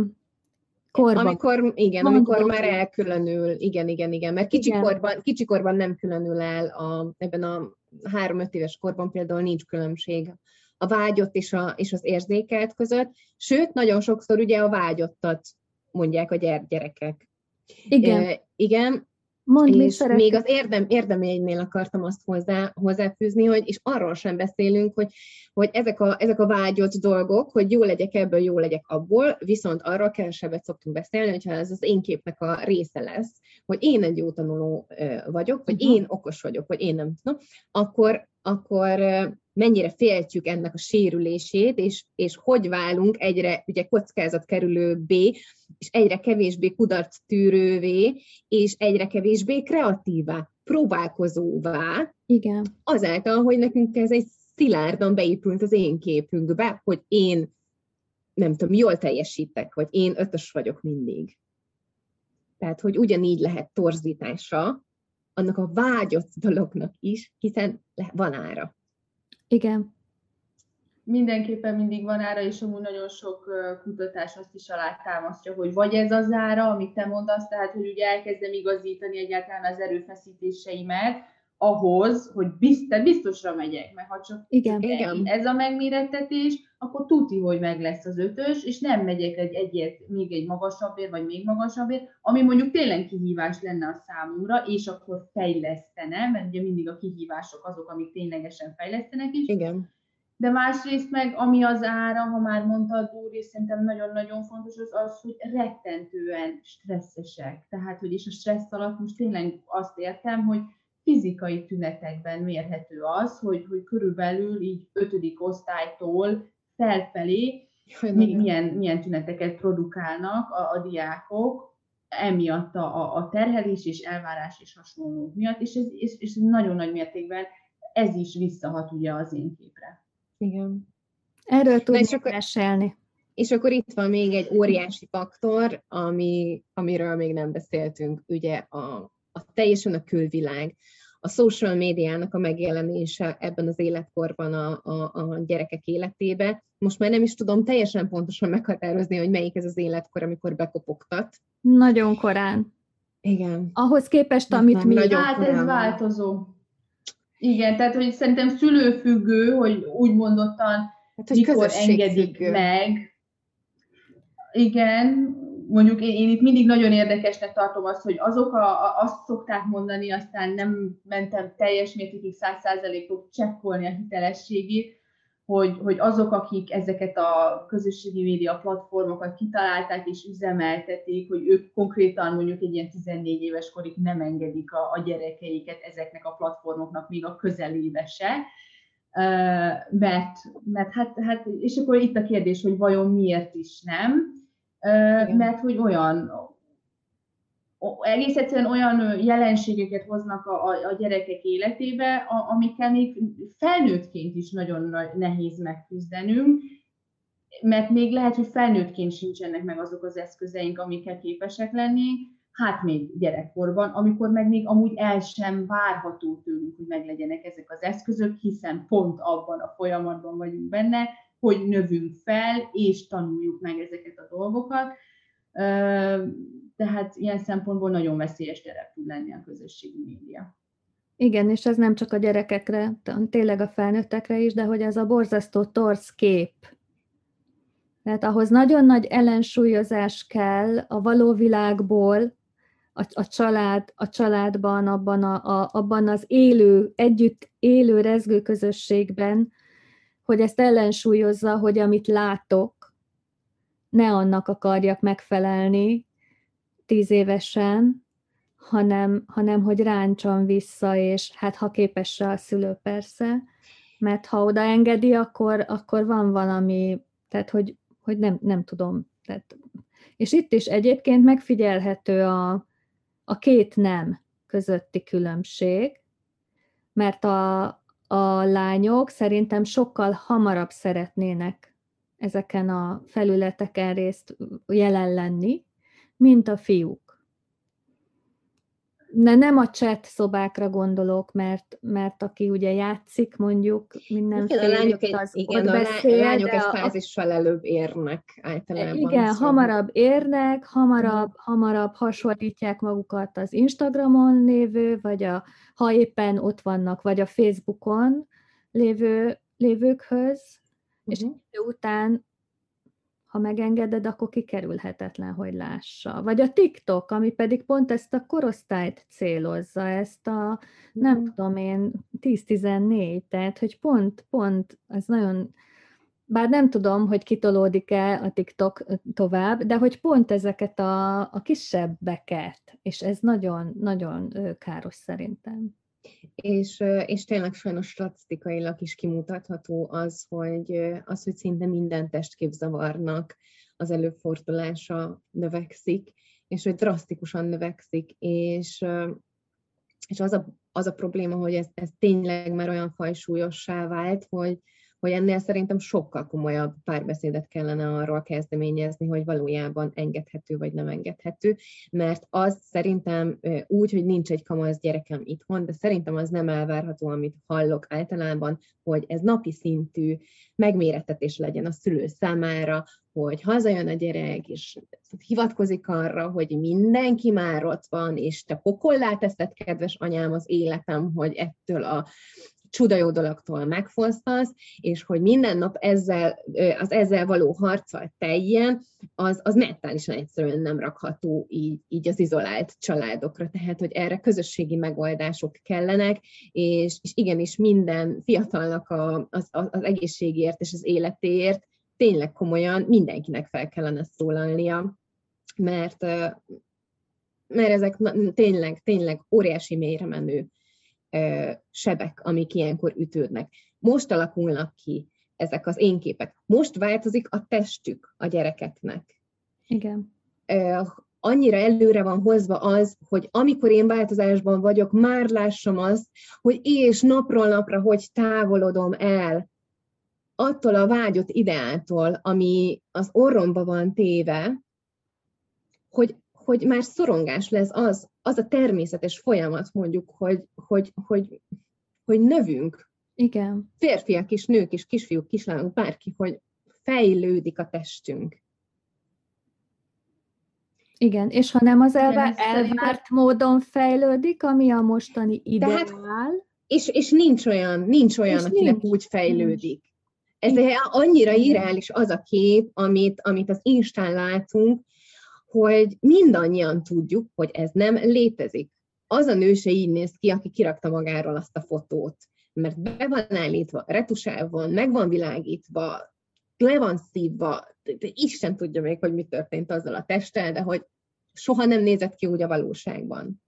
korban. Amikor, igen, amikor már elkülönül, igen, igen, igen, mert kicsikorban, kicsikorban nem különül el, a, ebben a három-öt éves korban például nincs különbség a vágyott és, a, és az érzékelt között, sőt, nagyon sokszor ugye a vágyottat mondják a gyerekek. Igen. E, igen. Mondd, és még az érdem, érdeménynél akartam azt hozzá, hozzáfűzni, hogy és arról sem beszélünk, hogy, hogy ezek, a, ezek a vágyott dolgok, hogy jó legyek ebből, jó legyek abból, viszont arról kevesebbet szoktunk beszélni, hogyha ez az én képnek a része lesz, hogy én egy jó tanuló vagyok, vagy uh-huh. én okos vagyok, vagy én nem tudom, akkor, akkor mennyire féltjük ennek a sérülését, és, és hogy válunk egyre ugye kockázatkerülőbbé, és egyre kevésbé kudarctűrővé, és egyre kevésbé kreatívá, próbálkozóvá. Igen. Azáltal, hogy nekünk ez egy szilárdan beépült az én képünkbe, hogy én, nem tudom, jól teljesítek, vagy én ötös vagyok mindig. Tehát, hogy ugyanígy lehet torzítása annak a vágyott dolognak is, hiszen van ára. Igen. Mindenképpen mindig van ára, és amúgy nagyon sok kutatás azt is alátámasztja, hogy vagy ez az ára, amit te mondasz, tehát hogy ugye elkezdem igazítani egyáltalán az erőfeszítéseimet ahhoz, hogy biztos, biztosra megyek, mert ha csak igen, igen. ez a megmérettetés, akkor tuti, hogy meg lesz az ötös, és nem megyek egy egyet még egy magasabbért, vagy még magasabbért, ami mondjuk tényleg kihívás lenne a számomra, és akkor fejlesztene, mert ugye mindig a kihívások azok, amik ténylegesen fejlesztenek is. Igen. De másrészt meg, ami az ára, ha már mondtad, úr, és szerintem nagyon-nagyon fontos az az, hogy rettentően stresszesek. Tehát, hogy és a stressz alatt most tényleg azt értem, hogy fizikai tünetekben mérhető az, hogy, hogy körülbelül így ötödik osztálytól felfelé milyen, milyen tüneteket produkálnak a, a diákok, emiatt a, a terhelés és elvárás és hasonlók miatt, és ez és, és nagyon nagy mértékben ez is visszahat ugye az én képre. Igen. Erről tudnék mesélni. És akkor itt van még egy óriási faktor, ami, amiről még nem beszéltünk, ugye a, a teljesen a külvilág, a social médiának a megjelenése ebben az életkorban a, a, a gyerekek életébe. Most már nem is tudom teljesen pontosan meghatározni, hogy melyik ez az életkor, amikor bekopogtat. Nagyon korán. Igen. Ahhoz képest, amit mi... Hát ez változó. Igen, tehát hogy szerintem szülőfüggő, hogy úgy mondottan, hát, hogy mikor engedik meg. Igen, mondjuk én, én itt mindig nagyon érdekesnek tartom azt, hogy azok a, a, azt szokták mondani, aztán nem mentem teljes mértékig száz százalékig csekkolni a hitelességét, hogy, hogy azok, akik ezeket a közösségi média platformokat kitalálták és üzemeltetik, hogy ők konkrétan mondjuk egy ilyen tizennégy éves korig nem engedik a, a gyerekeiket ezeknek a platformoknak még a közelébe se. Uh, mert, mert hát, hát, és akkor itt a kérdés, hogy vajon miért is nem, uh, mert hogy olyan, egész egyszerűen olyan jelenségeket hoznak a, a, a gyerekek életébe, a, amikkel még felnőttként is nagyon nehéz megküzdenünk, mert még lehet, hogy felnőttként sincsenek meg azok az eszközeink, amikkel képesek lenni, hát még gyerekkorban, amikor meg még amúgy el sem várható tőlünk, hogy meglegyenek ezek az eszközök, hiszen pont abban a folyamatban vagyunk benne, hogy növünk fel, és tanuljuk meg ezeket a dolgokat. Tehát ilyen szempontból nagyon veszélyes terep tud lenni a közösségi média. Igen, és ez nem csak a gyerekekre, tényleg a felnőttekre is, de hogy ez a borzasztó torz kép. Tehát ahhoz nagyon nagy ellensúlyozás kell a való világból, a, a, család, a családban, abban, a, a, abban az élő, együtt élő rezgő közösségben, hogy ezt ellensúlyozza, hogy amit látok, ne annak akarjak megfelelni tíz évesen, hanem, hanem hogy ráncson vissza, és hát ha képes rá a szülő persze, mert ha odaengedi, akkor, akkor van valami, tehát hogy, hogy nem, nem tudom, tehát És itt is egyébként megfigyelhető a, a két nem közötti különbség, mert a, a lányok szerintem sokkal hamarabb szeretnének ezeken a felületeken részt jelen lenni, mint a fiúk. Ne, nem a chat szobákra gondolok, mert, mert aki ugye játszik mondjuk mindenféle, igen, a lányok egy, az igen, ott a beszél, lányok de egy a, fázissal előbb érnek általában. igen, szóval. hamarabb érnek, hamarabb, hamarabb hasonlítják magukat az Instagramon lévő, vagy a, ha éppen ott vannak, vagy a Facebookon lévő, lévőkhöz, uh-huh. és után, ha megengeded, akkor kikerülhetetlen, hogy lássa. Vagy a TikTok, ami pedig pont ezt a korosztályt célozza, ezt a, nem uh-huh. tudom én, tíz-tizennégy, tehát, hogy pont, pont, ez nagyon... Bár nem tudom, hogy kitolódik-e a TikTok tovább, de hogy pont ezeket a, a kisebbeket, és ez nagyon, nagyon káros szerintem. És, és tényleg sajnos statisztikailag is kimutatható az, hogy, az, hogy szinte minden testképzavarnak az előfordulása növekszik, és hogy drasztikusan növekszik, és, és az, a, az a probléma, hogy ez, ez tényleg már olyan fajsúlyossá vált, hogy hogy ennél szerintem sokkal komolyabb párbeszédet kellene arról kezdeményezni, hogy valójában engedhető vagy nem engedhető, mert az szerintem úgy, hogy nincs egy kamasz gyerekem itthon, de szerintem az nem elvárható, amit hallok általában, hogy ez napi szintű megmérettetés legyen a szülő számára, hogy hazajön a gyerek, és hivatkozik arra, hogy mindenki már ott van, és te pokollá teszed, kedves anyám, az életem, hogy ettől a csuda jó dologtól megfosztasz, és hogy minden nap ezzel, az ezzel való harccal teljen, az, az mentálisan egyszerűen nem rakható így, így az izolált családokra. Tehát, hogy erre közösségi megoldások kellenek, és, és igenis minden fiatalnak a, az, az egészségért és az életéért tényleg komolyan mindenkinek fel kellene szólalnia, mert, mert ezek tényleg, tényleg óriási mélyre menő sebek, amik ilyenkor ütődnek. Most alakulnak ki ezek az én képek. Most változik a testük a gyerekeknek. Igen. Annyira előre van hozva az, hogy amikor én változásban vagyok, már lássam azt, hogy és napról napra, hogy távolodom el attól a vágyott ideáltól, ami az orromba van téve, hogy hogy már szorongás lesz az, az a természetes folyamat, mondjuk, hogy, hogy, hogy, hogy növünk. Igen. Férfiak is, nők is, kisfiúk, kislányok, bárki, hogy fejlődik a testünk. Igen, és ha nem az elvá- Igen, elvárt szerintem... módon fejlődik, ami a mostani ideál. Tehát, és, és nincs olyan, nincs olyan, és akinek nincs. Úgy fejlődik. Ez Igen. annyira irreális az a kép, amit, amit az Instán látunk, hogy mindannyian tudjuk, hogy ez nem létezik. Az a nő se így néz ki, aki kirakta magáról azt a fotót, mert be van állítva, retusálva van, meg van világítva, le van szívva, de Isten tudja még, hogy mi történt azzal a testtel, de hogy soha nem nézett ki úgy a valóságban.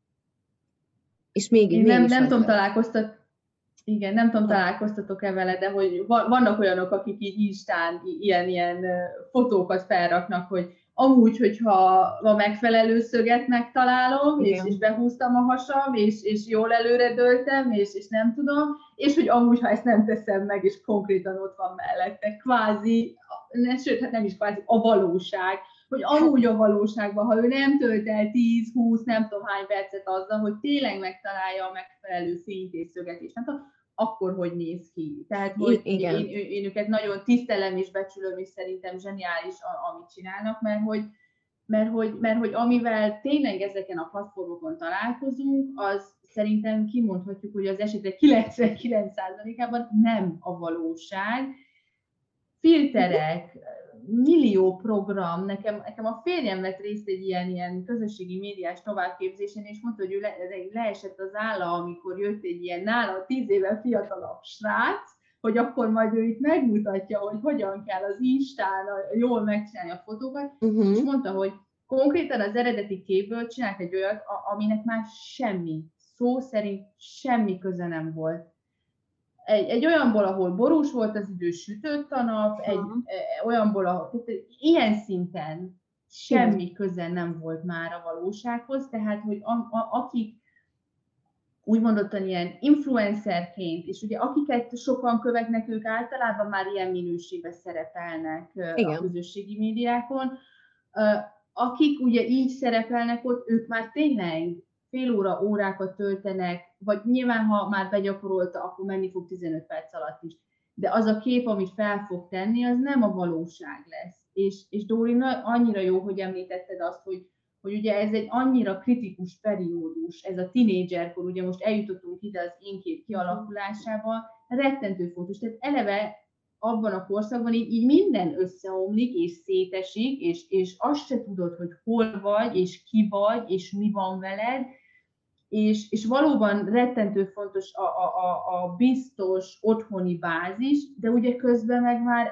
És még így nem, nem tudom, találkoztat, igen, nem tudom, találkoztatok-e vele, de hogy vannak olyanok, akik így Instán ilyen-ilyen fotókat felraknak, hogy amúgy, hogyha a megfelelő szöget megtalálom, és, és behúztam a hasam, és, és jól előre döltem, és, és nem tudom, és hogy amúgy, ha ezt nem teszem meg, és konkrétan ott van mellette, kvázi, ne, sőt, hát nem is kvázi, a valóság, hogy amúgy a valóságban, ha ő nem tölt el tíz-húsz, nem tudom hány percet azzal, hogy tényleg megtalálja a megfelelő fényt és szöget, és nem tudom, akkor hogy néz ki. Tehát, hogy én, én, én őket nagyon tisztelem és becsülöm, és szerintem zseniális, amit csinálnak, mert hogy, mert, hogy, mert hogy amivel tényleg ezeken a platformokon találkozunk, az szerintem kimondhatjuk, hogy az esetek kilencvenkilenc százalékában nem a valóság. Filterek, millió program, nekem, nekem a férjem vett részt egy ilyen, ilyen közösségi médiás továbbképzésen, és mondta, hogy ő le, leesett az álla, amikor jött egy ilyen nála tíz éve fiatalabb srác, hogy akkor majd ő itt megmutatja, hogy hogyan kell az Instán jól megcsinálni a fotókat, uh-huh. és mondta, hogy konkrétan az eredeti képből csinált egy olyat, aminek már semmi, szó szerint semmi köze nem volt. Egy, egy olyanból, ahol borús volt az idő, sütött a nap, egy, e, olyanból, ahol tehát ilyen szinten semmi Igen. köze nem volt már a valósághoz, tehát, hogy a, a, akik úgy mondottan ilyen influencerként, és ugye akiket sokan követnek, ők általában már ilyen minőségben szerepelnek Igen. a közösségi médiákon. Akik ugye így szerepelnek ott, ők már tényleg fél óra, órákat töltenek, vagy nyilván, ha már begyakorolta, akkor menni fog tizenöt perc alatt is. De az a kép, amit fel fog tenni, az nem a valóság lesz. És, és Dóri, annyira jó, hogy említetted azt, hogy hogy ugye ez egy annyira kritikus periódus, ez a tinédzserkor, ugye most eljutottunk ide az énkép kialakulásába, rettentő fontos. Tehát eleve abban a korszakban így, így minden összeomlik, és szétesik, és, és azt se tudod, hogy hol vagy, és ki vagy, és mi van veled, és, és valóban rettentő fontos a, a, a, a biztos otthoni bázis, de ugye közben meg már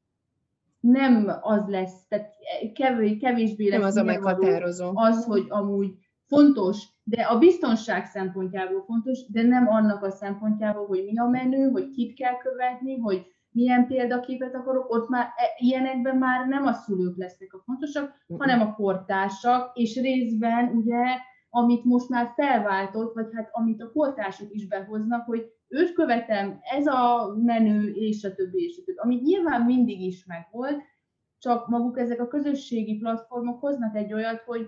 nem az lesz, tehát kevés, kevésbé lesz nem az a meghatározó. Az, hogy amúgy fontos, de a biztonság szempontjából fontos, de nem annak a szempontjából, hogy mi a menő, hogy kit kell követni, hogy milyen példaképet akarok, ott már ilyenekben már nem a szülők lesznek a fontosak, uh-huh. hanem a kortársak, és részben ugye, amit most már felváltott, vagy hát amit a kortársak is behoznak, hogy őt követem, ez a menő, és a többi, és a többi, ami nyilván mindig is megvolt, csak maguk ezek a közösségi platformok hoznak egy olyat, hogy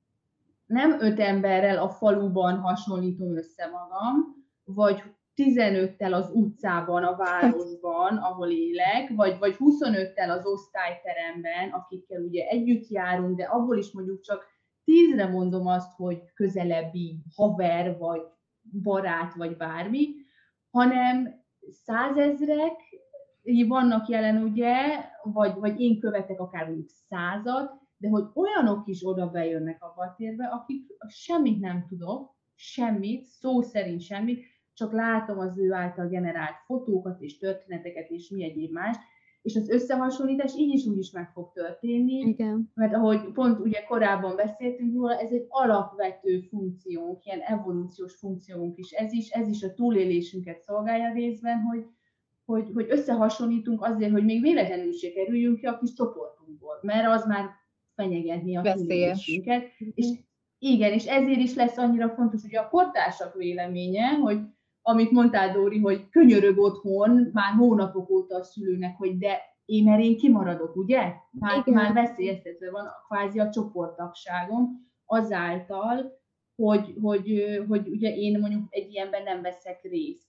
nem öt emberrel a faluban hasonlítom össze magam, vagy tizenöttel az utcában, a városban, ahol élek, vagy, vagy huszonöttel az osztályteremben, akikkel ugye együtt járunk, de abból is mondjuk csak tízre mondom azt, hogy közelebbi haver, vagy barát, vagy bármi, hanem százezrek vannak jelen, ugye, vagy, vagy én követek akár mondjuk százat, de hogy olyanok is oda bejönnek abba a térbe, akik semmit nem tudok, semmit, szó szerint semmit, csak látom az ő által generált fotókat és történeteket és mi egyéb más, és az összehasonlítás így is úgy is meg fog történni, Igen. Mert ahogy pont ugye korábban beszéltünk róla, ez egy alapvető funkciónk, ilyen evolúciós funkciónk is, ez is, ez is a túlélésünket szolgálja részben, hogy, hogy, hogy összehasonlítunk azért, hogy még véletlenül se kerüljünk ki a kis csoportunkból, mert az már fenyegetni a túlélésünket. És igen, és ezért is lesz annyira fontos, hogy a kortársak véleménye, hogy amit mondtál, Dóri, hogy könyörög otthon már hónapok óta a szülőnek, hogy de én, mert én kimaradok, ugye? Már, már veszélyeztetve van kvázi a csoporttagságom azáltal, hogy, hogy, hogy ugye én mondjuk egy ilyenben nem veszek részt.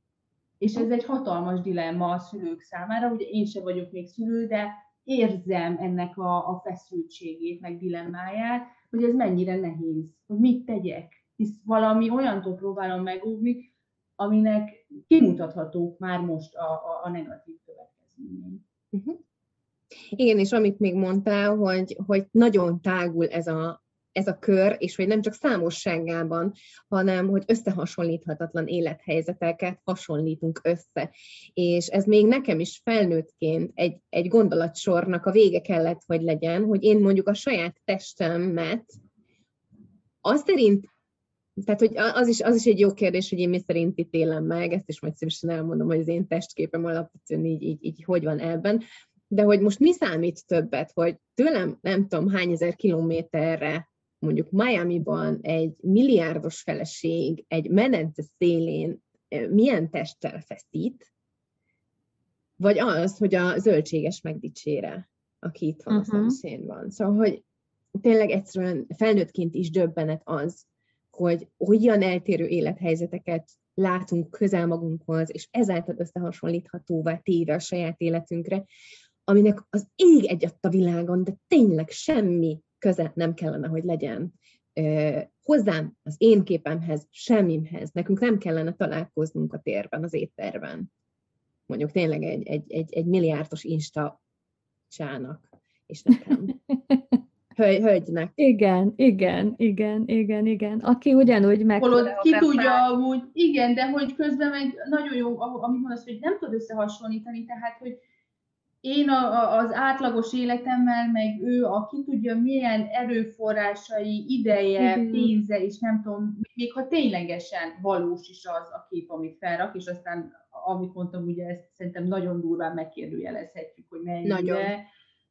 És ez egy hatalmas dilemma a szülők számára, ugye én sem vagyok még szülő, de érzem ennek a, a feszültségét, meg dilemmáját, hogy ez mennyire nehéz, hogy mit tegyek, hisz valami olyantól próbálom megóvni, aminek kimutathatók már most a, a, a negatív következményei. Uh-huh. Igen, és amit még mondtál, hogy, hogy nagyon tágul ez a, ez a kör, és hogy nem csak számosságában, hanem hogy összehasonlíthatatlan élethelyzeteket hasonlítunk össze. És ez még nekem is felnőttként egy, egy gondolatsornak a vége kellett, hogy legyen, hogy én mondjuk a saját testemet azt szerint, tehát hogy az is, az is egy jó kérdés, hogy én mi szerint ítélem meg, ezt is majd szívesen elmondom, hogy az én testképem alapvetően így, így, így hogy van ebben, de hogy most mi számít többet, hogy tőlem nem tudom hány ezer kilométerre, mondjuk Miamiban egy milliárdos feleség egy medence szélén milyen testtel feszít, vagy az, hogy a zöldséges megdicsére, aki itt van uh-huh. a szomszédban. Szóval, hogy tényleg egyszerűen felnőttként is döbbenet az, hogy olyan eltérő élethelyzeteket látunk közel magunkhoz, és ezáltal összehasonlíthatóvá téve a saját életünkre, aminek az ég egyatt a világon, de tényleg semmi köze nem kellene, hogy legyen eh, hozzám, az én képemhez, semmimhez. Nekünk nem kellene találkoznunk a térben, az étterben. Mondjuk tényleg egy, egy, egy, egy milliárdos Insta csának, és nekem. Hölgynek. Igen, igen, igen, igen, igen. Aki ugyanúgy meg... Holott ki tudja amúgy, igen, de hogy közben meg nagyon jó, amit mondasz, hogy nem tud összehasonlítani, tehát, hogy én a, a, az átlagos életemmel, meg ő, aki tudja, milyen erőforrásai, ideje, mm-hmm. pénze, és nem tudom, még ha ténylegesen valós is az a kép, amit felrak, és aztán, amit mondtam, ugye ezt szerintem nagyon durván megkérdőjelezhetjük, hogy mennyire.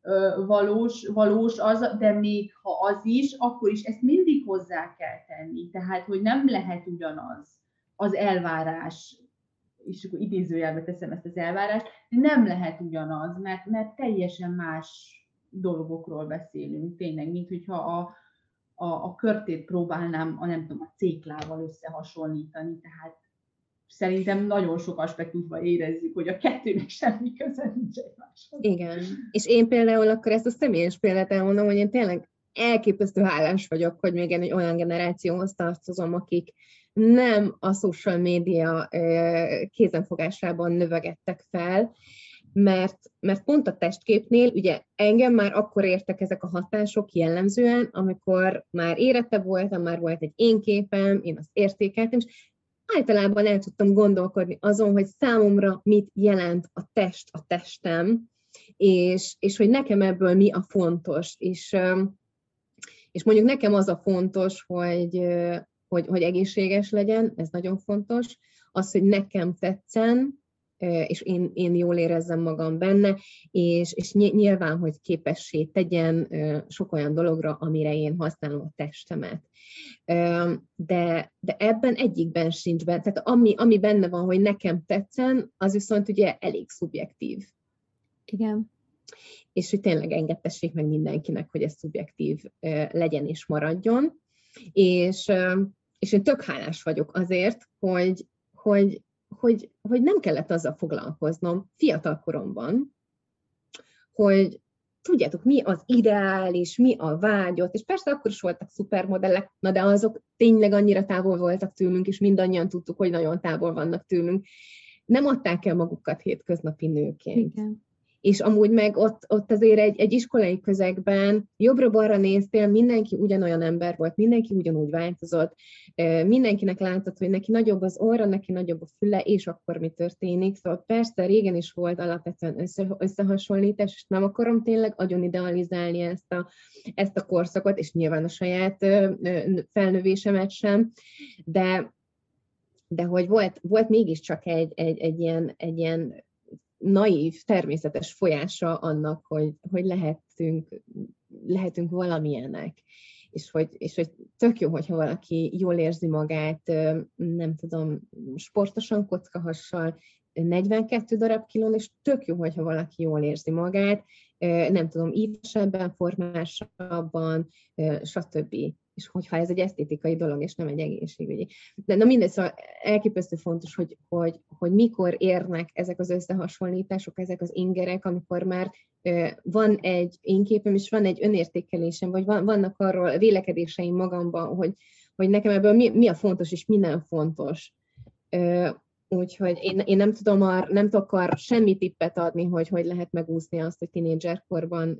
valós, valós az, de még ha az is, akkor is ezt mindig hozzá kell tenni. Tehát, hogy nem lehet ugyanaz az elvárás, és akkor idézőjelbe teszem ezt az elvárást, nem lehet ugyanaz, mert, mert teljesen más dolgokról beszélünk, tényleg, mint hogyha a, a, a körtét próbálnám a, nem tudom, a céklával összehasonlítani, tehát szerintem nagyon sok aspektusban érezzük, hogy a kettőnek semmi köze nincs egymáshoz. Igen, és én például akkor ezt a személyes példát elmondom, hogy én tényleg elképesztő hálás vagyok, hogy még egy olyan generációhoz tartozom, akik nem a social média kézenfogásában növegettek fel, mert, mert pont a testképnél, ugye engem már akkor értek ezek a hatások jellemzően, amikor már érettebb voltam, már volt egy én képem, én azt értékeltem, és általában el tudtam gondolkodni azon, hogy számomra mit jelent a test, a testem, és, és hogy nekem ebből mi a fontos. És, és mondjuk nekem az a fontos, hogy, hogy, hogy egészséges legyen, ez nagyon fontos, az, hogy nekem tetszen, és én, én jól érezzem magam benne, és, és nyilván, hogy képessé tegyen sok olyan dologra, amire én használom a testemet. De, de ebben egyikben sincs benne. Tehát ami, ami benne van, hogy nekem tetszen, az viszont ugye elég szubjektív. Igen. És hogy tényleg engedtessék meg mindenkinek, hogy ez szubjektív legyen és maradjon. És, és én tök hálás vagyok azért, hogy, hogy Hogy, hogy nem kellett azzal foglalkoznom fiatal koromban, hogy tudjátok, mi az ideális, mi a vágyott, és persze akkor is voltak szupermodellek, na de azok tényleg annyira távol voltak tőlünk, és mindannyian tudtuk, hogy nagyon távol vannak tőlünk. Nem adták el magukat hétköznapi nőként. Igen. És amúgy meg ott, ott azért egy, egy iskolai közegben jobbra-balra néztél, mindenki ugyanolyan ember volt, mindenki ugyanúgy változott, mindenkinek látszott, hogy neki nagyobb az orra, neki nagyobb a füle, és akkor mi történik. Szóval persze régen is volt alapvetően össze, összehasonlítás, és nem akarom tényleg agyon idealizálni ezt a, ezt a korszakot, és nyilván a saját felnövésemet sem, de, de hogy volt, volt mégiscsak egy, egy, egy ilyen, egy ilyen naív, természetes folyása annak, hogy, hogy lehetünk, lehetünk valamilyenek. És hogy, és hogy tök jó, hogyha valaki jól érzi magát, nem tudom, sportosan, kockahassal, negyvenkét darab kilón, és tök jó, hogyha valaki jól érzi magát, nem tudom, ívesebben, formásabban, stb. És hogyha ez egy esztétikai dolog, és nem egy egészségügyi. De na mindegy, szóval elképesztő fontos, hogy, hogy, hogy mikor érnek ezek az összehasonlítások, ezek az ingerek, amikor már van egy én képem, és van egy önértékelésem, vagy van, vannak arról vélekedéseim magamban, hogy, hogy nekem ebből mi, mi a fontos, és mi nem fontos. Úgyhogy én, én nem tudom, ar, nem tudok arra semmi tippet adni, hogy hogy lehet megúszni azt, hogy tínédzserkorban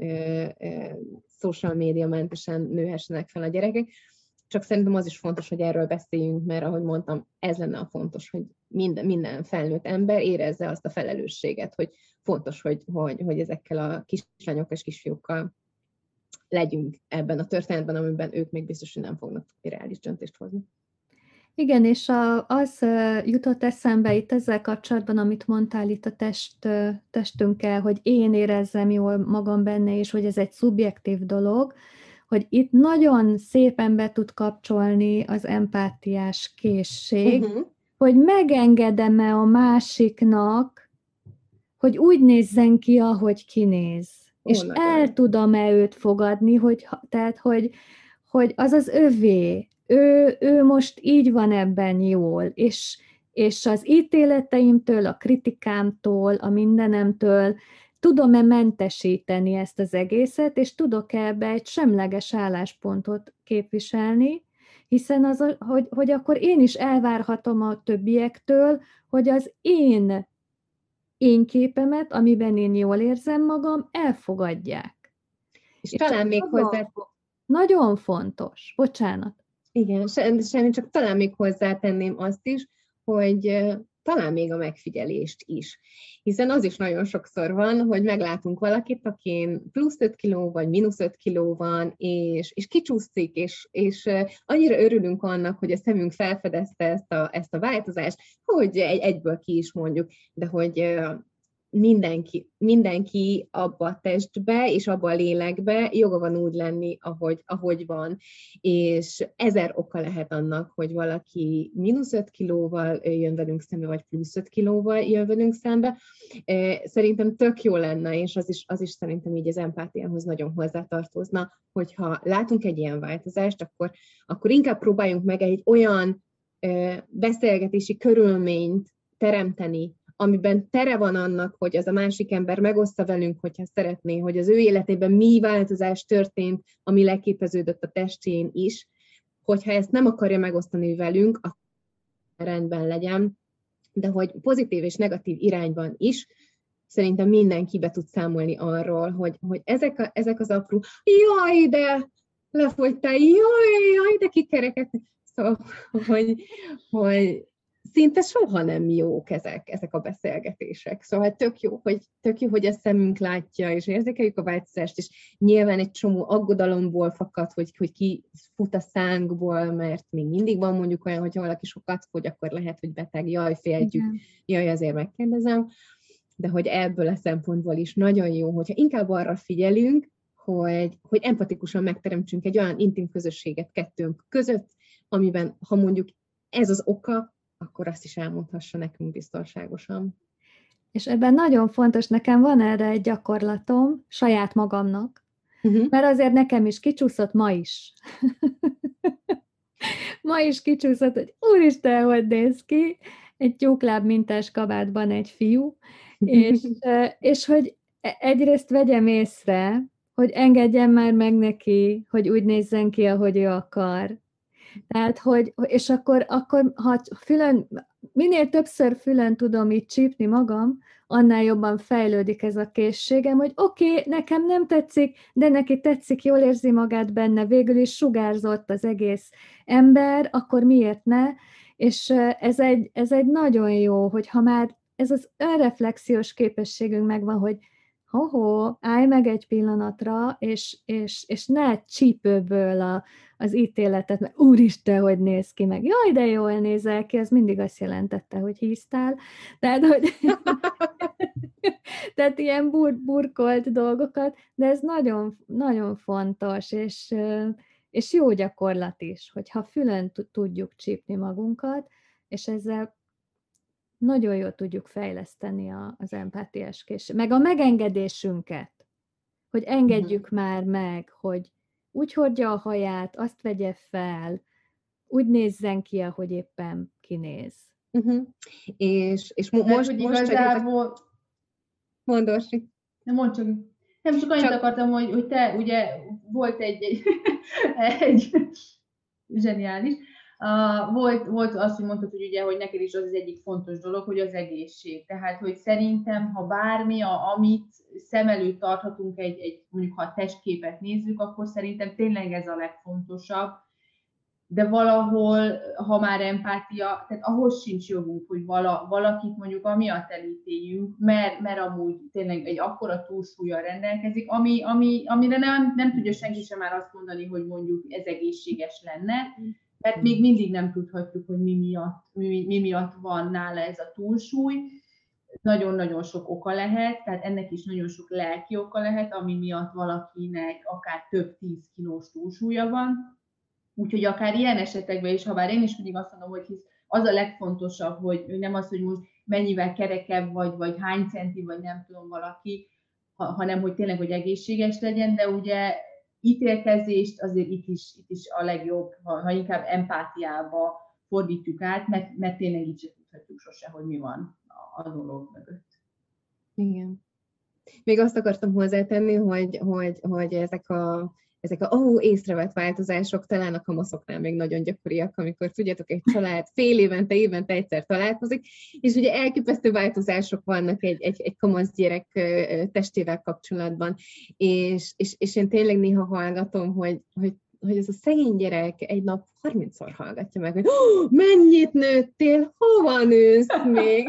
social média mentesen nőhessenek fel a gyerekek. Csak szerintem az is fontos, hogy erről beszéljünk, mert ahogy mondtam, ez lenne a fontos, hogy minden, minden felnőtt ember érezze azt a felelősséget, hogy fontos, hogy, hogy, hogy ezekkel a kislányokkal és kisfiúkkal legyünk ebben a történetben, amiben ők még biztos, hogy nem fognak tudni reális döntést hozni. Igen, és a, az jutott eszembe itt ezzel kapcsolatban, amit mondtál itt a test, testünkkel, hogy én érezzem jól magam benne, és hogy ez egy szubjektív dolog, hogy itt nagyon szépen be tud kapcsolni az empátiás készség, uh-huh. hogy megengedem-e a másiknak, hogy úgy nézzen ki, ahogy kinéz. Oh, és el tudom-e őt fogadni, hogy, tehát, hogy, hogy az az övé, Ő, ő most így van ebben jól, és, és az ítéleteimtől, a kritikámtól, a mindenemtől tudom-e mentesíteni ezt az egészet, és tudok-e ebbe egy semleges álláspontot képviselni, hiszen az, hogy, hogy akkor én is elvárhatom a többiektől, hogy az én én képemet, amiben én jól érzem magam, elfogadják. És, és talán még hozzá... Nagyon fontos. Bocsánat. Igen, semmi, csak talán még hozzátenném azt is, hogy talán még a megfigyelést is. Hiszen az is nagyon sokszor van, hogy meglátunk valakit, akin plusz öt kiló vagy mínusz öt kiló van, és, és kicsúszik, és, és annyira örülünk annak, hogy a szemünk felfedezte ezt a, ezt a változást, hogy egy, egyből ki is mondjuk, de hogy mindenki, mindenki abba a testbe és abba a lélekbe joga van úgy lenni, ahogy, ahogy van. És ezer oka lehet annak, hogy valaki mínusz öt kilóval jön velünk szembe, vagy plusz öt kilóval jön velünk szembe. Szerintem tök jó lenne, és az is, az is szerintem így az empátiához nagyon hozzátartozna, hogyha látunk egy ilyen változást, akkor, akkor inkább próbáljunk meg egy olyan beszélgetési körülményt teremteni, amiben tere van annak, hogy az a másik ember megoszta velünk, hogyha szeretné, hogy az ő életében mi változás történt, ami leképeződött a testén is, hogyha ezt nem akarja megosztani velünk, akkor rendben legyen, de hogy pozitív és negatív irányban is, szerintem mindenki be tud számolni arról, hogy, hogy ezek, a, ezek az apró, jaj, de lefogytál, jaj, jaj, de kikereket. Szóval, hogy, hogy szinte soha nem jók ezek, ezek a beszélgetések. Szóval tök jó, hogy, tök jó, hogy a szemünk látja, és érzékeljük a változást, és nyilván egy csomó aggodalomból fakad, hogy, hogy ki fut a szánkból, mert még mindig van mondjuk olyan, hogy valaki sokat fogy, akkor lehet, hogy beteg, jaj, féltjük, jaj, azért megkérdezem, de hogy ebből a szempontból is nagyon jó, hogyha inkább arra figyelünk, hogy, hogy empatikusan megteremtsünk egy olyan intim közösséget kettőnk között, amiben, ha mondjuk ez az oka, akkor azt is elmondhassa nekünk biztonságosan. És ebben nagyon fontos, nekem van erre egy gyakorlatom saját magamnak, uh-huh. mert azért nekem is kicsúszott ma is. ma is kicsúszott, hogy úristen, hogy néz ki, egy tyúkláb mintás kabátban egy fiú, és, és hogy egyrészt vegyem észre, hogy engedjem már meg neki, hogy úgy nézzen ki, ahogy ő akar. Tehát, hogy, és akkor, akkor ha fülön, minél többször fülön tudom így csípni magam, annál jobban fejlődik ez a készségem, hogy oké, okay, nekem nem tetszik, de neki tetszik, jól érzi magát benne, végül is sugárzott az egész ember, akkor miért ne? És ez egy, ez egy nagyon jó, hogy ha már ez az önreflexiós képességünk megvan, hogy ho-ho, állj meg egy pillanatra, és, és, és ne csípőből a, az ítéletet, mert úristen, hogy néz ki meg. Jaj, de jól nézel ki, az mindig azt jelentette, hogy híztál. Tehát, hogy tehát ilyen bur, burkolt dolgokat, de ez nagyon, nagyon fontos, és, és jó gyakorlat is, hogyha fülön tudjuk csípni magunkat, és ezzel nagyon jól tudjuk fejleszteni a, az empátiás készséget, meg a megengedésünket, hogy engedjük uh-huh. már meg, hogy úgy hordja a haját, azt vegye fel, úgy nézzen ki, ahogy éppen kinéz. Uh-huh. És, és mo- most, most igazából... Mondd, Orsi. Nem, mondd csak. Nem, csak annyit csak... akartam, hogy, hogy te ugye volt egy, egy, egy zseniális, Uh, volt, volt azt, hogy mondtad, hogy, ugye, hogy neked is az az egyik fontos dolog, hogy az egészség. Tehát, hogy szerintem, ha bármi, a, amit szem előtt tarthatunk, egy, egy, mondjuk ha a testképet nézzük, akkor szerintem tényleg ez a legfontosabb. De valahol, ha már empátia, tehát ahhoz sincs jogunk, hogy vala, valakit mondjuk amiatt elítéljünk, mert, mert amúgy tényleg egy akkora túlsúllyal rendelkezik, ami, ami, amire nem, nem tudja senki sem már azt mondani, hogy mondjuk ez egészséges lenne, mert még mindig nem tudhatjuk, hogy mi miatt, mi, mi miatt van nála ez a túlsúly. Nagyon-nagyon sok oka lehet, tehát ennek is nagyon sok lelki oka lehet, ami miatt valakinek akár több tíz kilós túlsúlya van. Úgyhogy akár ilyen esetekben is, ha bár én is mindig azt mondom, hogy hisz az a legfontosabb, hogy nem az, hogy most mennyivel kerekebb vagy, vagy hány centi, vagy nem tudom valaki, hanem hogy tényleg, hogy egészséges legyen, de ugye ítélkezést azért itt is, itt is a legjobb, ha, ha inkább empátiába fordítjuk át, mert, mert tényleg így sem tudhatjuk sose, hogy mi van a, a dolog mögött. Igen. Még azt akartam hozzátenni, hogy, hogy, hogy ezek a Ezek a ó, észrevett változások talán a kamaszoknál még nagyon gyakoriak, amikor tudjátok, egy család fél évente, évente egyszer találkozik, és ugye elképesztő változások vannak egy, egy, egy kamasz gyerek testével kapcsolatban, és, és, és én tényleg néha hallgatom, hogy, hogy, hogy ez a szegény gyerek egy nap harmincszor hallgatja meg, hogy oh, mennyit nőttél, hova nősz még?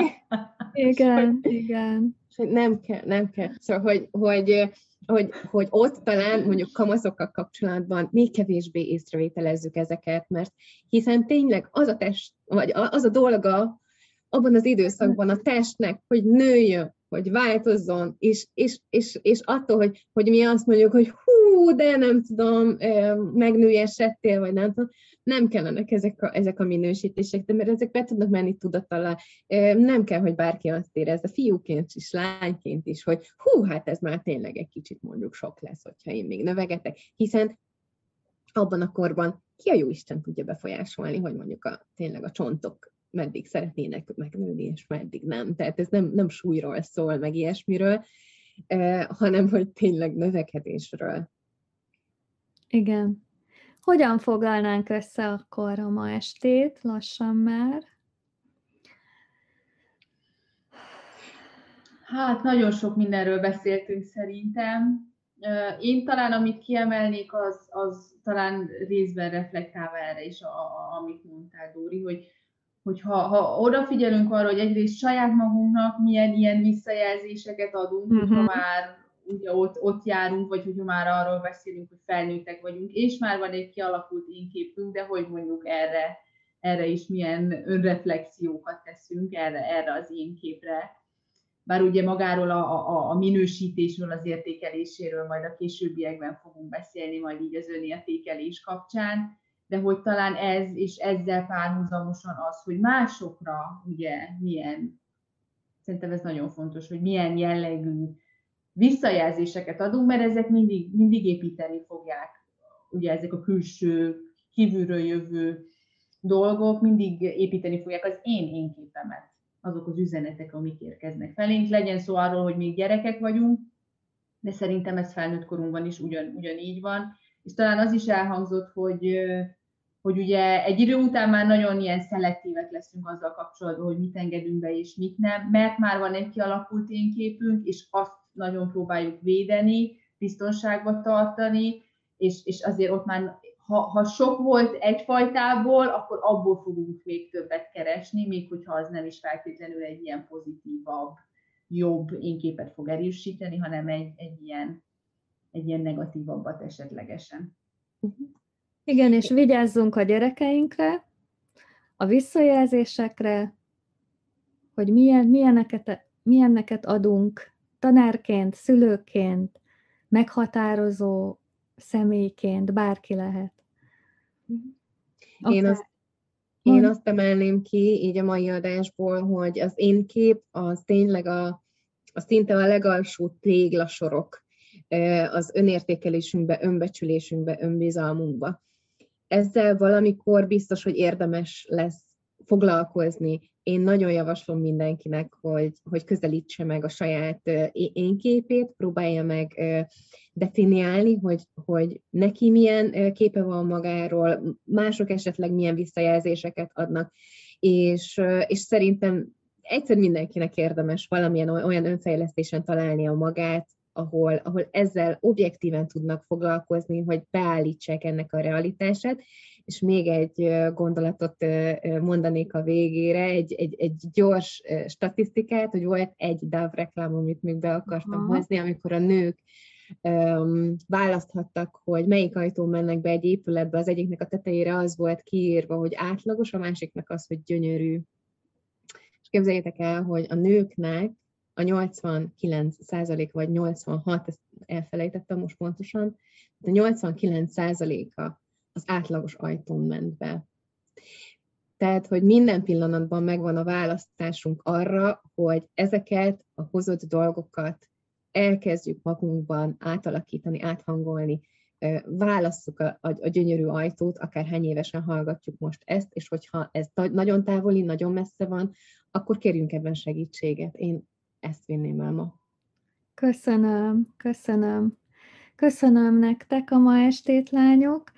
Igen, igen. Nem kell, nem kell. Szóval, hogy, hogy Hogy, hogy ott talán mondjuk kamaszokkal kapcsolatban még kevésbé észrevételezzük ezeket, mert hiszen tényleg az a test, vagy az a dolga abban az időszakban a testnek, hogy nőjön, hogy változzon, és, és, és, és attól, hogy, hogy mi azt mondjuk, hogy hú, de nem tudom, megnőjesedtél, vagy nem tudom, nem kellenek ezek a, ezek a minősítések, de mert ezek be tudnak menni tudat alá. Nem kell, hogy bárki azt érezze, fiúként is, lányként is, hogy hú, hát ez már tényleg egy kicsit mondjuk sok lesz, hogyha én még növegetek, hiszen abban a korban ki a jó Isten tudja befolyásolni, hogy mondjuk a, tényleg a csontok meddig szeretnének megnőni, és meddig nem. Tehát ez nem, nem súlyról szól, meg ilyesmiről, eh, hanem hogy tényleg növekedésről. Igen. Hogyan foglalnánk össze akkor a ma estét, lassan már? Hát nagyon sok mindenről beszéltünk szerintem. Én talán, amit kiemelnék, az, az talán részben reflektálva erre is, a, a, amit mondtál, Dóri, hogy, hogy ha, ha odafigyelünk arra, hogy egyrészt saját magunknak milyen ilyen visszajelzéseket adunk, uh-huh. hogyha már ugye ott, ott járunk, vagy hogyha már arról beszélünk, hogy felnőttek vagyunk, és már van egy kialakult énképünk, de hogy mondjuk erre, erre is milyen önreflexiókat teszünk, erre, erre az énképre. Bár ugye magáról a, a, a minősítésről, az értékeléséről majd a későbbiekben fogunk beszélni, majd így az önértékelés kapcsán, de hogy talán ez és ezzel párhuzamosan az, hogy másokra ugye milyen, szerintem ez nagyon fontos, hogy milyen jellegű visszajelzéseket adunk, mert ezek mindig, mindig építeni fogják, ugye ezek a külső, kívülről jövő dolgok mindig építeni fogják az én énképemet, azok az üzenetek, amik érkeznek felénk. Legyen szó arról, hogy még gyerekek vagyunk, de szerintem ez felnőtt korunkban is ugyan, ugyanígy van. És talán az is elhangzott, hogy, hogy ugye egy idő után már nagyon ilyen szelektívek leszünk azzal kapcsolatban, hogy mit engedünk be és mit nem, mert már van egy kialakult énképünk, és azt nagyon próbáljuk védeni, biztonságba tartani, és, és azért ott már Ha, ha sok volt egyfajtából, akkor abból fogunk még többet keresni, még hogyha az nem is feltétlenül egy ilyen pozitívabb, jobb énképet fog erősíteni, hanem egy, egy, ilyen, egy ilyen negatívabbat esetlegesen. Igen, és vigyázzunk a gyerekeinkre, a visszajelzésekre, hogy milyen, milyeneket, milyeneket adunk tanárként, szülőként, meghatározó személyként, bárki lehet. Én azt, én azt emelném ki így a mai adásból, hogy az én kép az tényleg a, a szinte a legalsó téglasorok az önértékelésünkbe, önbecsülésünkbe, önbizalmunkba. Ezzel valamikor biztos, hogy érdemes lesz foglalkozni. Én nagyon javaslom mindenkinek, hogy, hogy közelítse meg a saját én képét, próbálja meg definiálni, hogy, hogy neki milyen képe van magáról, mások esetleg milyen visszajelzéseket adnak, és, és szerintem egyszer mindenkinek érdemes valamilyen olyan önfejlesztésen találnia magát, ahol, ahol ezzel objektíven tudnak foglalkozni, hogy beállítsák ennek a realitását. És még egy gondolatot mondanék a végére, egy, egy, egy gyors statisztikát, hogy volt egy dáv reklám, amit még be akartam Aha. hozni, amikor a nők um, választhattak, hogy melyik ajtón mennek be egy épületbe, az egyiknek a tetejére az volt kiírva, hogy átlagos, a másiknak az, hogy gyönyörű. És képzeljétek el, hogy a nőknek a nyolcvankilenc százalék vagy nyolcvanhat, ezt elfelejtettem most pontosan, de a nyolcvankilenc százaléka az átlagos ajtón ment be. Tehát, hogy minden pillanatban megvan a választásunk arra, hogy ezeket a hozott dolgokat elkezdjük magunkban átalakítani, áthangolni, válasszuk a, a, a gyönyörű ajtót, akár hány évesen hallgatjuk most ezt, és hogyha ez nagyon távoli, nagyon messze van, akkor kérjünk ebben segítséget. Én ezt vinném el ma. Köszönöm, köszönöm. Köszönöm nektek a ma estét, lányok.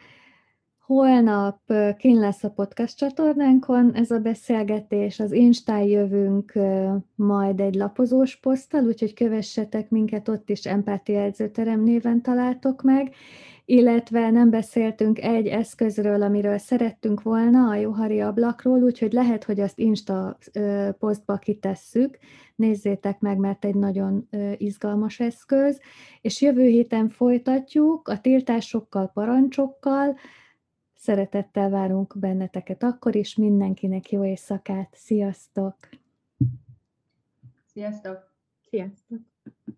Holnap kint lesz a podcast csatornánkon ez a beszélgetés, az Instán jövünk majd egy lapozós poszttal, úgyhogy kövessetek minket, ott is Empátia Edzőterem néven találtok meg, illetve nem beszéltünk egy eszközről, amiről szerettünk volna, a Johari ablakról, úgyhogy lehet, hogy azt Insta posztba kitesszük, nézzétek meg, mert egy nagyon izgalmas eszköz, és jövő héten folytatjuk a tiltásokkal, parancsokkal. Szeretettel várunk benneteket akkor is, mindenkinek jó éjszakát, sziasztok! Sziasztok! Sziasztok!